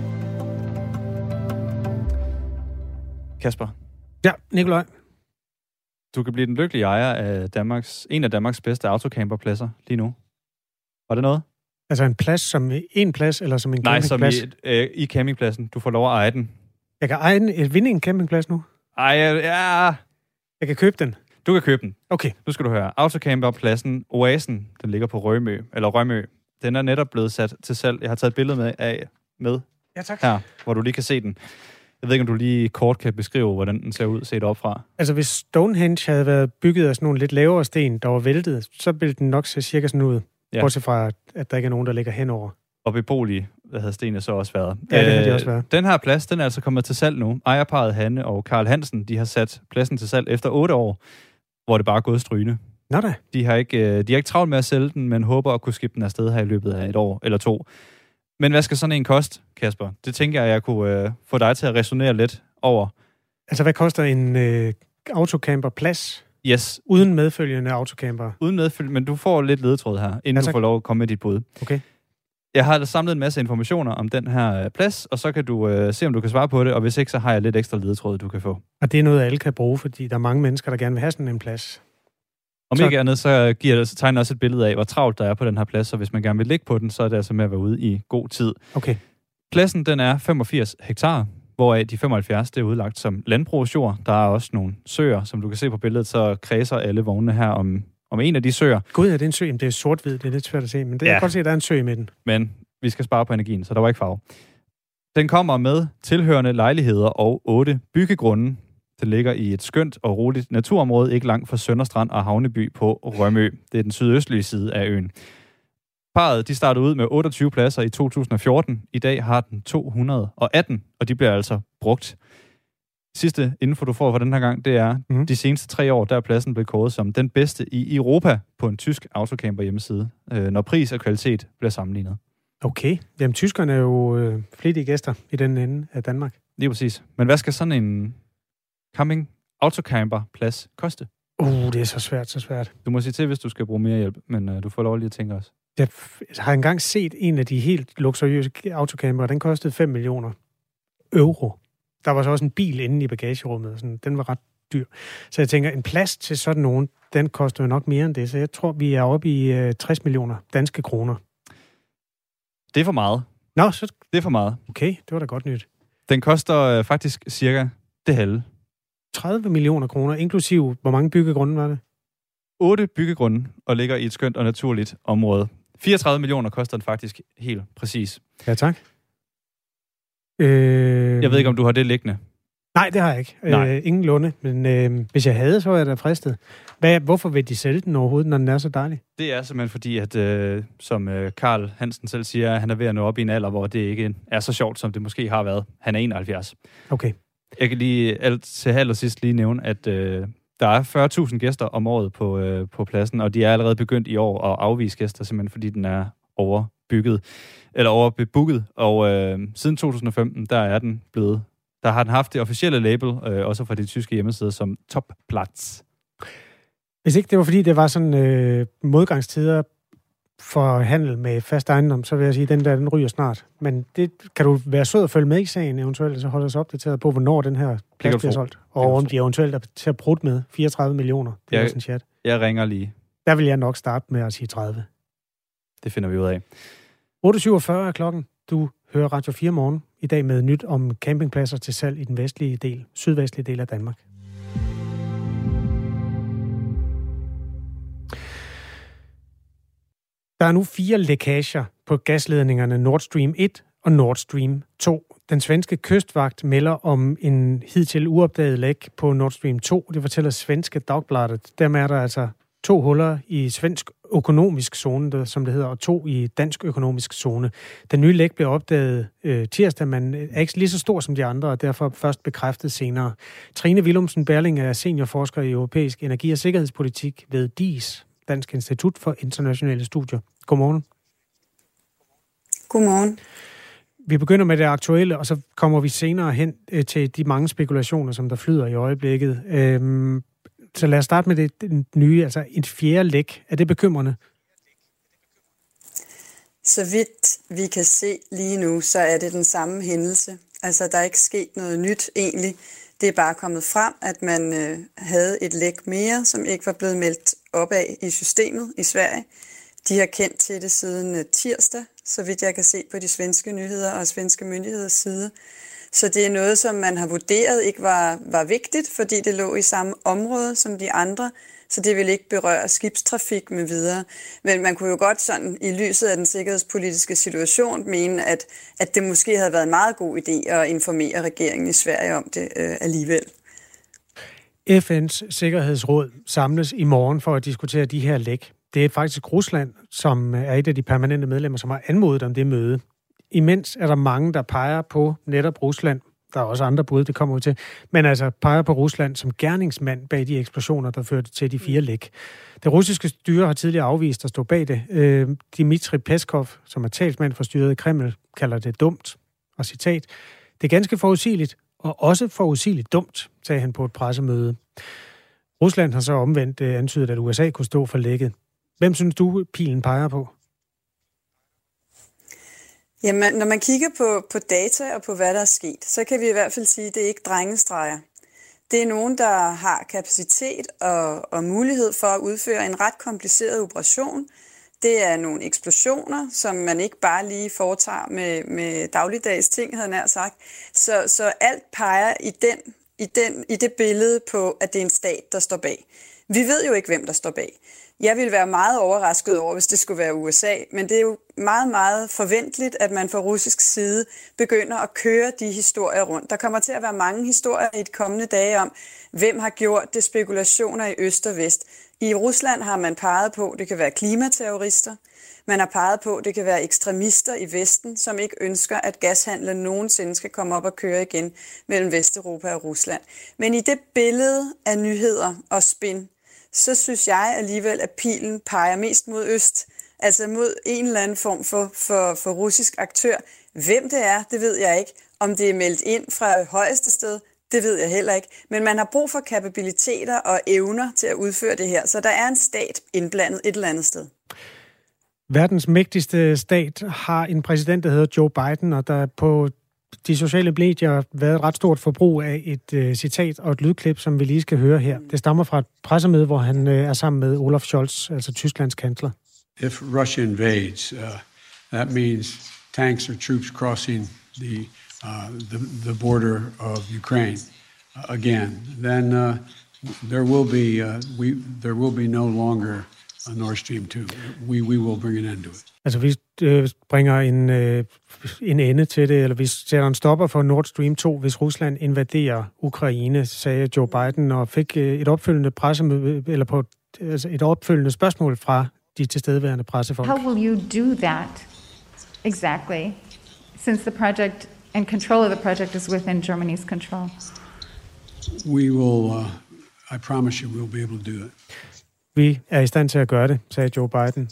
Kasper. Ja, Nikolaj. Du kan blive den lykkelige ejer af en af Danmarks bedste autocamperpladser lige nu. Var det noget? Altså en plads som en plads, eller som en campingplads? Nej, som i campingpladsen. Du får lov at eje den. Jeg kan vinde en campingplads nu? Ja. Jeg kan købe den? Du kan købe den. Okay. Nu skal du høre. Autocamperpladsen Oasen, den ligger på Rømø. Den er netop blevet sat til salg. Jeg har taget et billede med ja, tak. Her, hvor du lige kan se den. Jeg ved ikke, om du lige kort kan beskrive, hvordan den ser ud set opfra. Altså, hvis Stonehenge havde været bygget af sådan nogle lidt lavere sten, der var væltet, så ville den nok se cirka sådan ud. Ja. Bortset fra, at der ikke er nogen, der ligger henover. Og beboelige, hvad havde stenene så også været. Ja, det har de også været. Den her plads, den er altså kommet til salg nu. Ejerparret Hanne og Karl Hansen, de har sat pladsen til salg efter 8 år, hvor det bare er gået strygende. Nå da. De har ikke travlt med at sælge den, men håber at kunne skifte den afsted her i løbet af 1 år eller 2. Men hvad skal sådan en koste, Kasper? Det tænker jeg kunne få dig til at resonere lidt over. Altså, hvad koster en autocamperplads? Yes. Uden medfølgende autocamper? Uden medfølgende, men du får lidt ledetråd her, inden du får lov at komme med dit bud. Okay. Jeg har samlet en masse informationer om den her plads, og så kan du se, om du kan svare på det, og hvis ikke, så har jeg lidt ekstra ledetråd, du kan få. Og det er noget, alle kan bruge, fordi der er mange mennesker, der gerne vil have sådan en plads. Om ikke andet, så tegner også et billede af, hvor travlt der er på den her plads, og hvis man gerne vil ligge på den, så er det altså med at være ude i god tid. Okay. Pladsen, den er 85 hektar, hvoraf de 75, det er udlagt som landbrugsjord. Der er også nogle søer, som du kan se på billedet, så kredser alle vognene her om en af de søer. Gud, er det en sø? Jamen, det er sort-hvid, det er lidt svært at se, men det er godt se, at der er en sø i midten. Men vi skal spare på energien, så der var ikke farve. Den kommer med tilhørende lejligheder og 8 byggegrunde. Det ligger i et skønt og roligt naturområde, ikke langt fra Sønderstrand og Havneby på Rømø. Det er den sydøstlige side af øen. Parret de startede ud med 28 pladser i 2014. I dag har den 218, og de bliver altså brugt. Sidste info, du får for den her gang, det er, de seneste 3 år, der er pladsen blevet kåret som den bedste i Europa på en tysk autocamper hjemmeside, når pris og kvalitet bliver sammenlignet. Okay. Jamen, tyskerne er jo flittige gæster i den ende af Danmark. Lige præcis. Men hvad skal sådan en camping autocamper plads koste? Det er så svært. Du må sige til, hvis du skal bruge mere hjælp, men du får lov lige at tænke os. Jeg har engang set en af de helt luksuriøse autocamper, den kostede 5 millioner euro. Der var så også en bil inde i bagagerummet, og sådan, den var ret dyr. Så jeg tænker, en plads til sådan nogen, den koster jo nok mere end det, så jeg tror, vi er oppe i 60 millioner danske kroner. Det er for meget. Nå, så... Det er for meget. Okay, det var da godt nyt. Den koster faktisk cirka det halve. 30 millioner kroner, inklusiv hvor mange byggegrunde var det? 8 byggegrunde, og ligger i et skønt og naturligt område. 34 millioner koster den faktisk helt præcis. Ja, tak. Jeg ved ikke, om du har det liggende. Nej, det har jeg ikke. Ingen lunde, men hvis jeg havde, så var jeg da fristet. Hvorfor vil de sælge den overhovedet, når den er så dejlig? Det er simpelthen fordi, at som Karl Hansen selv siger, han er ved at nå op i en alder, hvor det ikke er så sjovt, som det måske har været. Han er 71. Okay. Jeg kan lige til allersidst lige nævne, at der er 40.000 gæster om året på pladsen, og de er allerede begyndt i år at afvise gæster, simpelthen fordi den er overbebooket. Og siden 2015, der har den haft det officielle label, også fra de tyske hjemmesider, som Top-Platz. Hvis ikke det var fordi, det var sådan modgangstider for handel med fast ejendom, så vil jeg sige, at den ryger snart. Men det kan du være sød at følge med i sagen eventuelt, så holde os opdateret på, hvornår den her plads bliver solgt. Og om de eventuelt er til at prutte med 34 millioner. Det er også en chat. Jeg ringer lige. Der vil jeg nok starte med at sige 30. Det finder vi ud af. 8.47 er klokken. Du hører Radio 4 morgen i dag med nyt om campingpladser til salg i den sydvestlige del af Danmark. Der er nu 4 lækager på gasledningerne Nord Stream 1 og Nord Stream 2. Den svenske kystvagt melder om en hidtil uopdaget læk på Nord Stream 2. Det fortæller Svenska Dagbladet. Dermed er der altså 2 huller i svensk økonomisk zone, som det hedder, og 2 i dansk økonomisk zone. Den nye læk blev opdaget tirsdag, men er ikke lige så stor som de andre, og derfor først bekræftet senere. Trine Willumsen Berling er seniorforsker i europæisk energi- og sikkerhedspolitik ved DIS, Dansk Institut for Internationale Studier. Godmorgen. Godmorgen. Vi begynder med det aktuelle, og så kommer vi senere hen til de mange spekulationer, som der flyder i øjeblikket. Så lad os starte med det nye, altså et 4. læk. Er det bekymrende? Så vidt vi kan se lige nu, så er det den samme hændelse. Altså, der er ikke sket noget nyt egentlig. Det er bare kommet frem, at man havde et læk mere, som ikke var blevet meldt opad i systemet i Sverige. De har kendt til det siden tirsdag, så vidt jeg kan se på de svenske nyheder og svenske myndigheders side. Så det er noget, som man har vurderet ikke var vigtigt, fordi det lå i samme område som de andre, så det ville ikke berøre skibstrafik med videre. Men man kunne jo godt sådan i lyset af den sikkerhedspolitiske situation mene, at det måske havde været en meget god idé at informere regeringen i Sverige om det alligevel. FN's Sikkerhedsråd samles i morgen for at diskutere de her læk. Det er faktisk Rusland, som er et af de permanente medlemmer, som har anmodet om det møde. Imens er der mange, der peger på netop Rusland. Der er også andre bud, det kommer ud til. Men altså peger på Rusland som gerningsmand bag de eksplosioner, der førte til de 4 læk. Det russiske styre har tidligere afvist at stå bag det. Dmitri Peskov, som er talsmand for styret i Kreml, kalder det dumt. Og citat, det er ganske forudsigeligt, og også forudsigeligt dumt, sagde han på et pressemøde. Rusland har så omvendt antydet, at USA kunne stå for lækket. Hvem synes du, pilen peger på? Jamen, når man kigger på data og på, hvad der er sket, så kan vi i hvert fald sige, at det er ikke drengestreger. Det er nogen, der har kapacitet og mulighed for at udføre en ret kompliceret operation. Det er nogle eksplosioner, som man ikke bare lige foretager med dagligdags ting, havde jeg nær sagt. Så alt peger i det billede på, at det er en stat, der står bag. Vi ved jo ikke, hvem der står bag. Jeg ville være meget overrasket over, hvis det skulle være USA, men det er jo meget, meget forventeligt, at man fra russisk side begynder at køre de historier rundt. Der kommer til at være mange historier i de kommende dage om, hvem har gjort det, spekulationer i øst og vest. I Rusland har man peget på, at det kan være klimaterrorister. Man har peget på, at det kan være ekstremister i Vesten, som ikke ønsker, at gashandlen nogensinde skal komme op og køre igen mellem Vesteuropa og Rusland. Men i det billede af nyheder og spin, så synes jeg alligevel, at pilen peger mest mod øst, altså mod en eller anden form for russisk aktør. Hvem det er, det ved jeg ikke. Om det er meldt ind fra højeste sted, det ved jeg heller ikke. Men man har brug for kapabiliteter og evner til at udføre det her, så der er en stat indblandet et eller andet sted. Verdens mægtigste stat har en præsident, der hedder Joe Biden, og der på de sociale medier været et ret stort forbrug af et citat og et lydklip, som vi lige skal høre her. Det stammer fra et pressemøde, hvor han er sammen med Olaf Scholz, altså Tysklands kansler. If Russia invades, that means tanks or troops crossing the border of Ukraine again. Then there will be no longer Nord Stream 2. We will bring an end to it. Altså, vi bringer en ende til det, eller vi sætter en stopper for Nord Stream 2, hvis Rusland invaderer Ukraine, sagde Joe Biden, og fik et opfølgende et opfølgende spørgsmål fra de tilstedeværende pressefolk. How will you do that exactly, since the project and control of the project is within Germany's control? We will, I promise you, we'll be able to do it. Vi er i stand til at gøre det, sagde Joe Biden.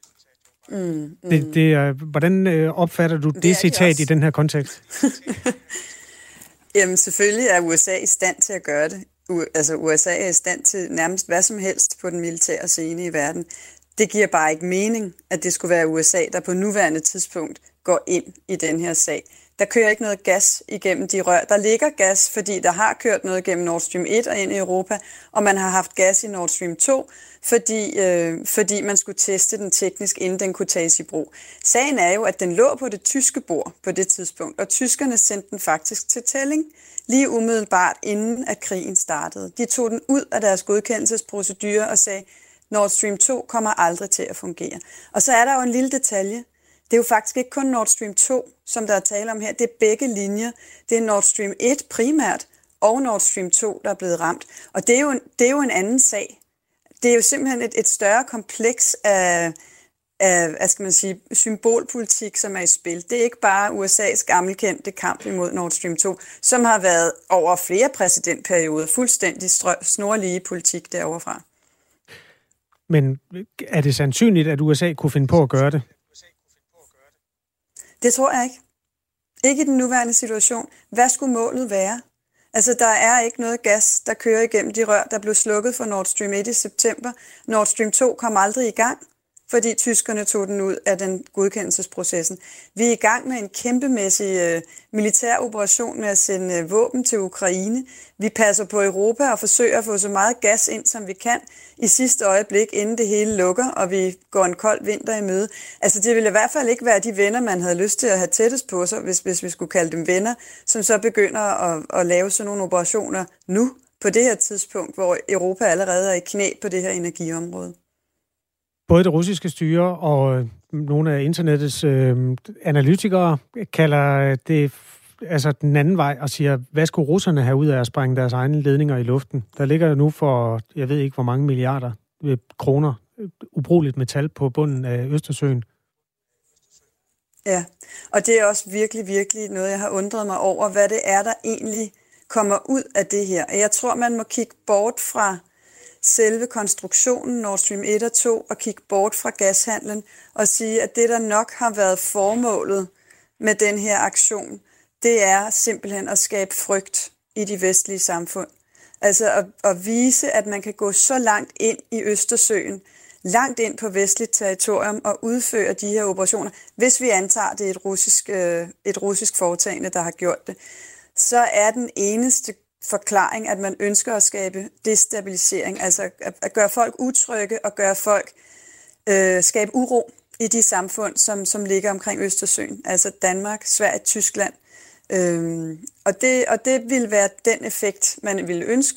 Hvordan opfatter du det citat i den her kontekst? Jamen selvfølgelig er USA i stand til at gøre det. Altså USA er i stand til nærmest hvad som helst på den militære scene i verden. Det giver bare ikke mening, at det skulle være USA, der på nuværende tidspunkt går ind i den her sag. Der kører ikke noget gas igennem de rør. Der ligger gas, fordi der har kørt noget gennem Nord Stream 1 og ind i Europa, og man har haft gas i Nord Stream 2, fordi man skulle teste den teknisk, inden den kunne tages i brug. Sagen er jo, at den lå på det tyske bord på det tidspunkt, og tyskerne sendte den faktisk til tælling lige umiddelbart inden at krigen startede. De tog den ud af deres godkendelsesprocedure og sagde, Nord Stream 2 kommer aldrig til at fungere. Og så er der jo en lille detalje. Det er jo faktisk ikke kun Nord Stream 2, som der er tale om her. Det er begge linjer. Det er Nord Stream 1 primært, og Nord Stream 2, der er blevet ramt. Og det er jo en anden sag. Det er jo simpelthen et større kompleks af hvad skal man sige, symbolpolitik, som er i spil. Det er ikke bare USA's gammelkendte kamp imod Nord Stream 2, som har været over flere præsidentperioder fuldstændig snorlige politik deroverfra. Men er det sandsynligt, at USA kunne finde på at gøre det? Det tror jeg ikke. Ikke i den nuværende situation. Hvad skulle målet være? Altså, der er ikke noget gas, der kører igennem de rør, der blev slukket for Nord Stream 1 i september. Nord Stream 2 kom aldrig i gang, fordi tyskerne tog den ud af den godkendelsesprocessen. Vi er i gang med en kæmpemæssig militær operation med at sende våben til Ukraine. Vi passer på Europa og forsøger at få så meget gas ind, som vi kan i sidste øjeblik, inden det hele lukker, og vi går en kold vinter i møde. Altså, det ville i hvert fald ikke være de venner, man havde lyst til at have tættest på sig, hvis vi skulle kalde dem venner, som så begynder at lave sådan nogle operationer nu, på det her tidspunkt, hvor Europa allerede er i knæ på det her energiområde. Både det russiske styre og nogle af internettets analytikere kalder det altså den anden vej og siger, hvad skulle russerne have ud af at sprænge deres egne ledninger i luften? Der ligger nu for, jeg ved ikke hvor mange milliarder kroner, ubrugeligt metal på bunden af Østersøen. Ja, og det er også virkelig, virkelig noget, jeg har undret mig over, hvad det er, der egentlig kommer ud af det her. Jeg tror, man må kigge bort fra selve konstruktionen Nord Stream 1 og 2 og kigge bort fra gashandlen og sige, at det, der nok har været formålet med den her aktion, det er simpelthen at skabe frygt i de vestlige samfund. Altså at vise, at man kan gå så langt ind i Østersøen, langt ind på vestligt territorium og udføre de her operationer, hvis vi antager, det er et russisk foretagende, der har gjort det, så er den eneste forklaring, at man ønsker at skabe destabilisering, altså at gøre folk utrygge og gøre folk skabe uro i de samfund, som ligger omkring Østersøen, altså Danmark, Sverige, Tyskland. Og det vil være den effekt, man vil ønske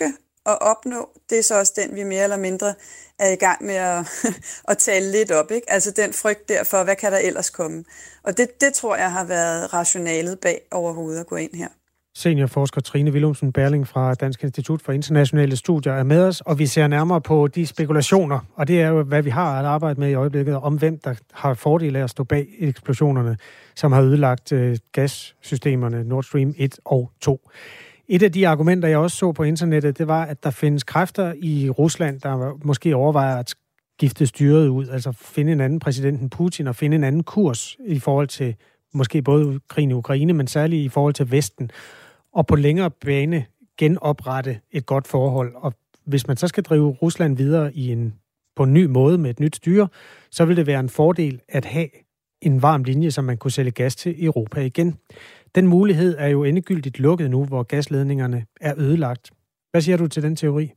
at opnå, det er så også den, vi mere eller mindre er i gang med at tale lidt op, ikke? Altså den frygt derfor, hvad kan der ellers komme? Og det tror jeg har været rationalet bag overhovedet at gå ind her. Seniorforsker Trine Villumsen Berling fra Dansk Institut for Internationale Studier er med os, og vi ser nærmere på de spekulationer, og det er jo, hvad vi har at arbejde med i øjeblikket, om hvem der har fordel af at stå bag eksplosionerne, som har ødelagt gassystemerne Nord Stream 1 og 2. Et af de argumenter, jeg også så på internettet, det var, at der findes kræfter i Rusland, der måske overvejer at skifte styret ud, altså finde en anden præsident end Putin og finde en anden kurs i forhold til måske både krigen i Ukraine, men særligt i forhold til Vesten, og på længere bane genoprette et godt forhold. Og hvis man så skal drive Rusland videre på en ny måde med et nyt styre, så vil det være en fordel at have en varm linje, som man kunne sælge gas til Europa igen. Den mulighed er jo endegyldigt lukket nu, hvor gasledningerne er ødelagt. Hvad siger du til den teori?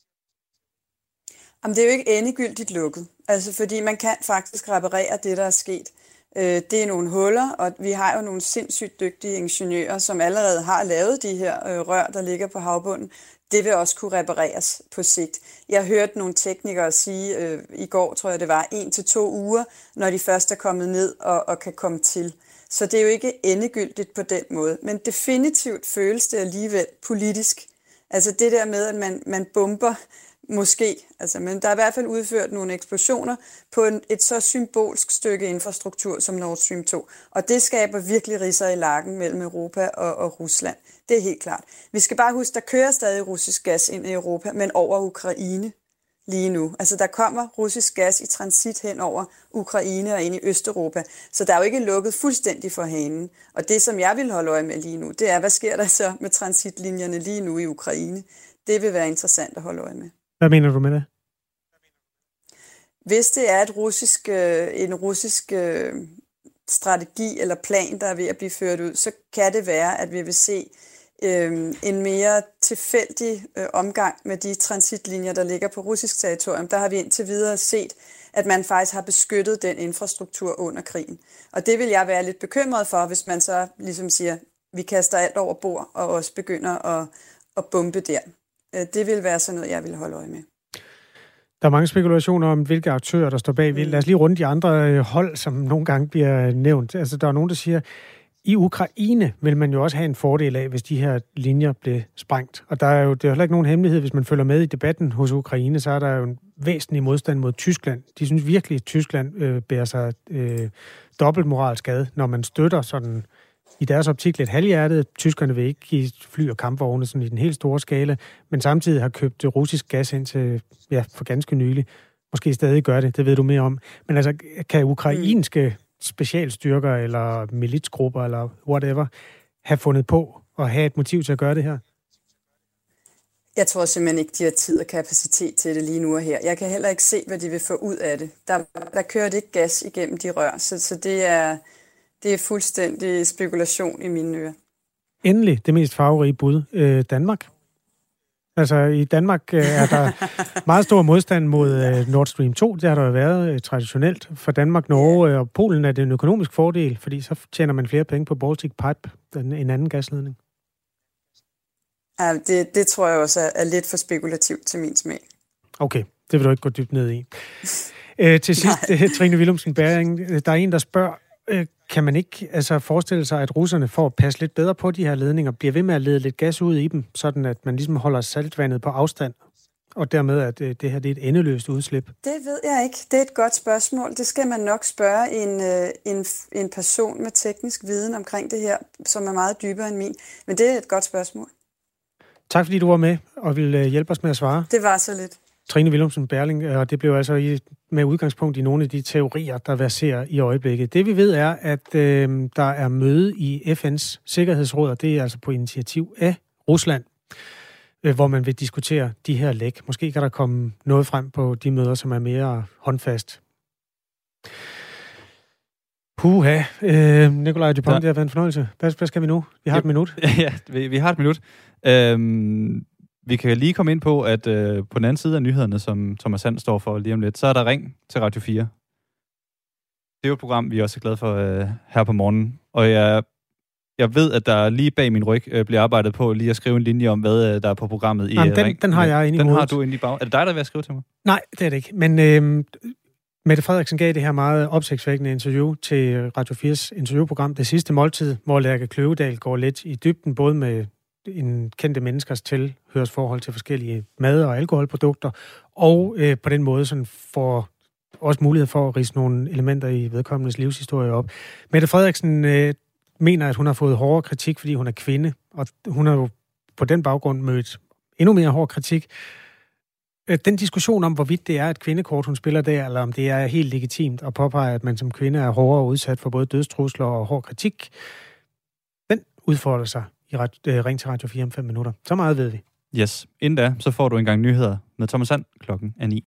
Jamen, det er jo ikke endegyldigt lukket, altså fordi man kan faktisk reparere det, der er sket. Det er nogle huller, og vi har jo nogle sindssygt dygtige ingeniører, som allerede har lavet de her rør, der ligger på havbunden. Det vil også kunne repareres på sigt. Jeg hørte nogle teknikere sige i går, tror jeg det var, 1 til 2 uger, når de først er kommet ned og kan komme til. Så det er jo ikke endegyldigt på den måde. Men definitivt føles det alligevel politisk. Altså det der med, at man bomber måske, altså, men der er i hvert fald udført nogle eksplosioner på et så symbolsk stykke infrastruktur som Nord Stream 2. Og det skaber virkelig ridser i lakken mellem Europa og Rusland. Det er helt klart. Vi skal bare huske, der kører stadig russisk gas ind i Europa, men over Ukraine lige nu. Altså der kommer russisk gas i transit hen over Ukraine og ind i Østeuropa. Så der er jo ikke lukket fuldstændig for hanen. Og det, som jeg vil holde øje med lige nu, det er, hvad sker der så med transitlinjerne lige nu i Ukraine? Det vil være interessant at holde øje med. Hvad mener du med det? Hvis det er en russisk strategi eller plan, der er ved at blive ført ud, så kan det være, at vi vil se en mere tilfældig omgang med de transitlinjer, der ligger på russisk territorium. Der har vi indtil videre set, at man faktisk har beskyttet den infrastruktur under krigen. Og det vil jeg være lidt bekymret for, hvis man så ligesom siger, vi kaster alt over bord og også begynder at bombe der. Det vil være sådan noget, jeg vil holde øje med. Der er mange spekulationer om, hvilke aktører, der står bag. Lad os lige runde de andre hold, som nogle gange bliver nævnt. Altså, der er nogen, der siger, i Ukraine vil man jo også have en fordel af, hvis de her linjer bliver sprængt. Og det er jo heller ikke nogen hemmelighed, hvis man følger med i debatten hos Ukraine, så er der jo en væsentlig modstand mod Tyskland. De synes virkelig, at Tyskland bærer sig dobbeltmoralsk ad, når man støtter sådan i deres optik lidt halvhjertet. Tyskerne vil ikke give fly og kampvogne sådan i den helt store skala, men samtidig har købt russisk gas ind til, for ganske nylig. Måske stadig gør det ved du mere om. Men altså, kan ukrainske specialstyrker eller militsgrupper eller whatever have fundet på at have et motiv til at gøre det her? Jeg tror simpelthen ikke, de har tid og kapacitet til det lige nu og her. Jeg kan heller ikke se, hvad de vil få ud af det. Der kører det ikke gas igennem de rør, så det er fuldstændig spekulation i mine ører. Endelig det mest farverige bud, Danmark. Altså i Danmark er der meget stor modstand mod Nord Stream 2. Det har der jo været traditionelt. For Danmark, Norge og Polen er det en økonomisk fordel, fordi så tjener man flere penge på Baltic Pipe end en anden gasledning. Ja, det tror jeg også er lidt for spekulativt til min smag. Okay, det vil du ikke gå dybt ned i. Til sidst, Trine Villumsen Berling, der er en, der spørger, kan man ikke forestille sig, at russerne får at passe lidt bedre på de her ledninger, bliver ved med at lede lidt gas ud i dem, sådan at man ligesom holder saltvandet på afstand, og dermed at det her det er et endeløst udslip? Det ved jeg ikke. Det er et godt spørgsmål. Det skal man nok spørge en person med teknisk viden omkring det her, som er meget dybere end min. Men det er et godt spørgsmål. Tak fordi du var med og ville hjælpe os med at svare. Det var så lidt. Trine Villumsen Berling, og det blev altså med udgangspunkt i nogle af de teorier, der verserer i øjeblikket. Det vi ved er, at der er møde i FN's Sikkerhedsråd, og det er altså på initiativ af Rusland, hvor man vil diskutere de her læk. Måske kan der komme noget frem på de møder, som er mere håndfast. Puha. Nikolaj Dupont, det har været en fornøjelse. Hvad skal vi nu? Vi har et minut. Ja, vi har et minut. Vi kan lige komme ind på, at på den anden side af nyhederne, som Thomas Sand står for lige om lidt, så er der Ring til Radio 4. Det er jo et program, vi også er glade for her på morgenen. Og jeg Jeg ved, at der lige bag min ryg bliver arbejdet på lige at skrive en linje om, hvad der er på programmet i Ring. Den har jeg inde i hovedet. Den har du inde i bag. Er det dig, der vil skrive til mig? Nej, det er det ikke. Men Mette Frederiksen gav det her meget opsigtsvækkende interview til Radio 4's interviewprogram Det Sidste Måltid, hvor Lærke Kløvedal går lidt i dybden, både med en kendte menneskers tilhørsforhold til forskellige mad- og alkoholprodukter, og på den måde sådan får også mulighed for at ridse nogle elementer i vedkommendes livshistorie op. Mette Frederiksen mener, at hun har fået hårdere kritik, fordi hun er kvinde, og hun har jo på den baggrund mødt endnu mere hård kritik. Den diskussion om, hvorvidt det er et kvindekort, hun spiller der, eller om det er helt legitimt at påpege, at man som kvinde er hårdere udsat for både dødstrusler og hård kritik, den udfordrer sig i Ring til Radio 4 om 5 minutter. Så meget ved vi. Yes. Inden da, så får du engang nyheder med Thomas Sand klokken 9.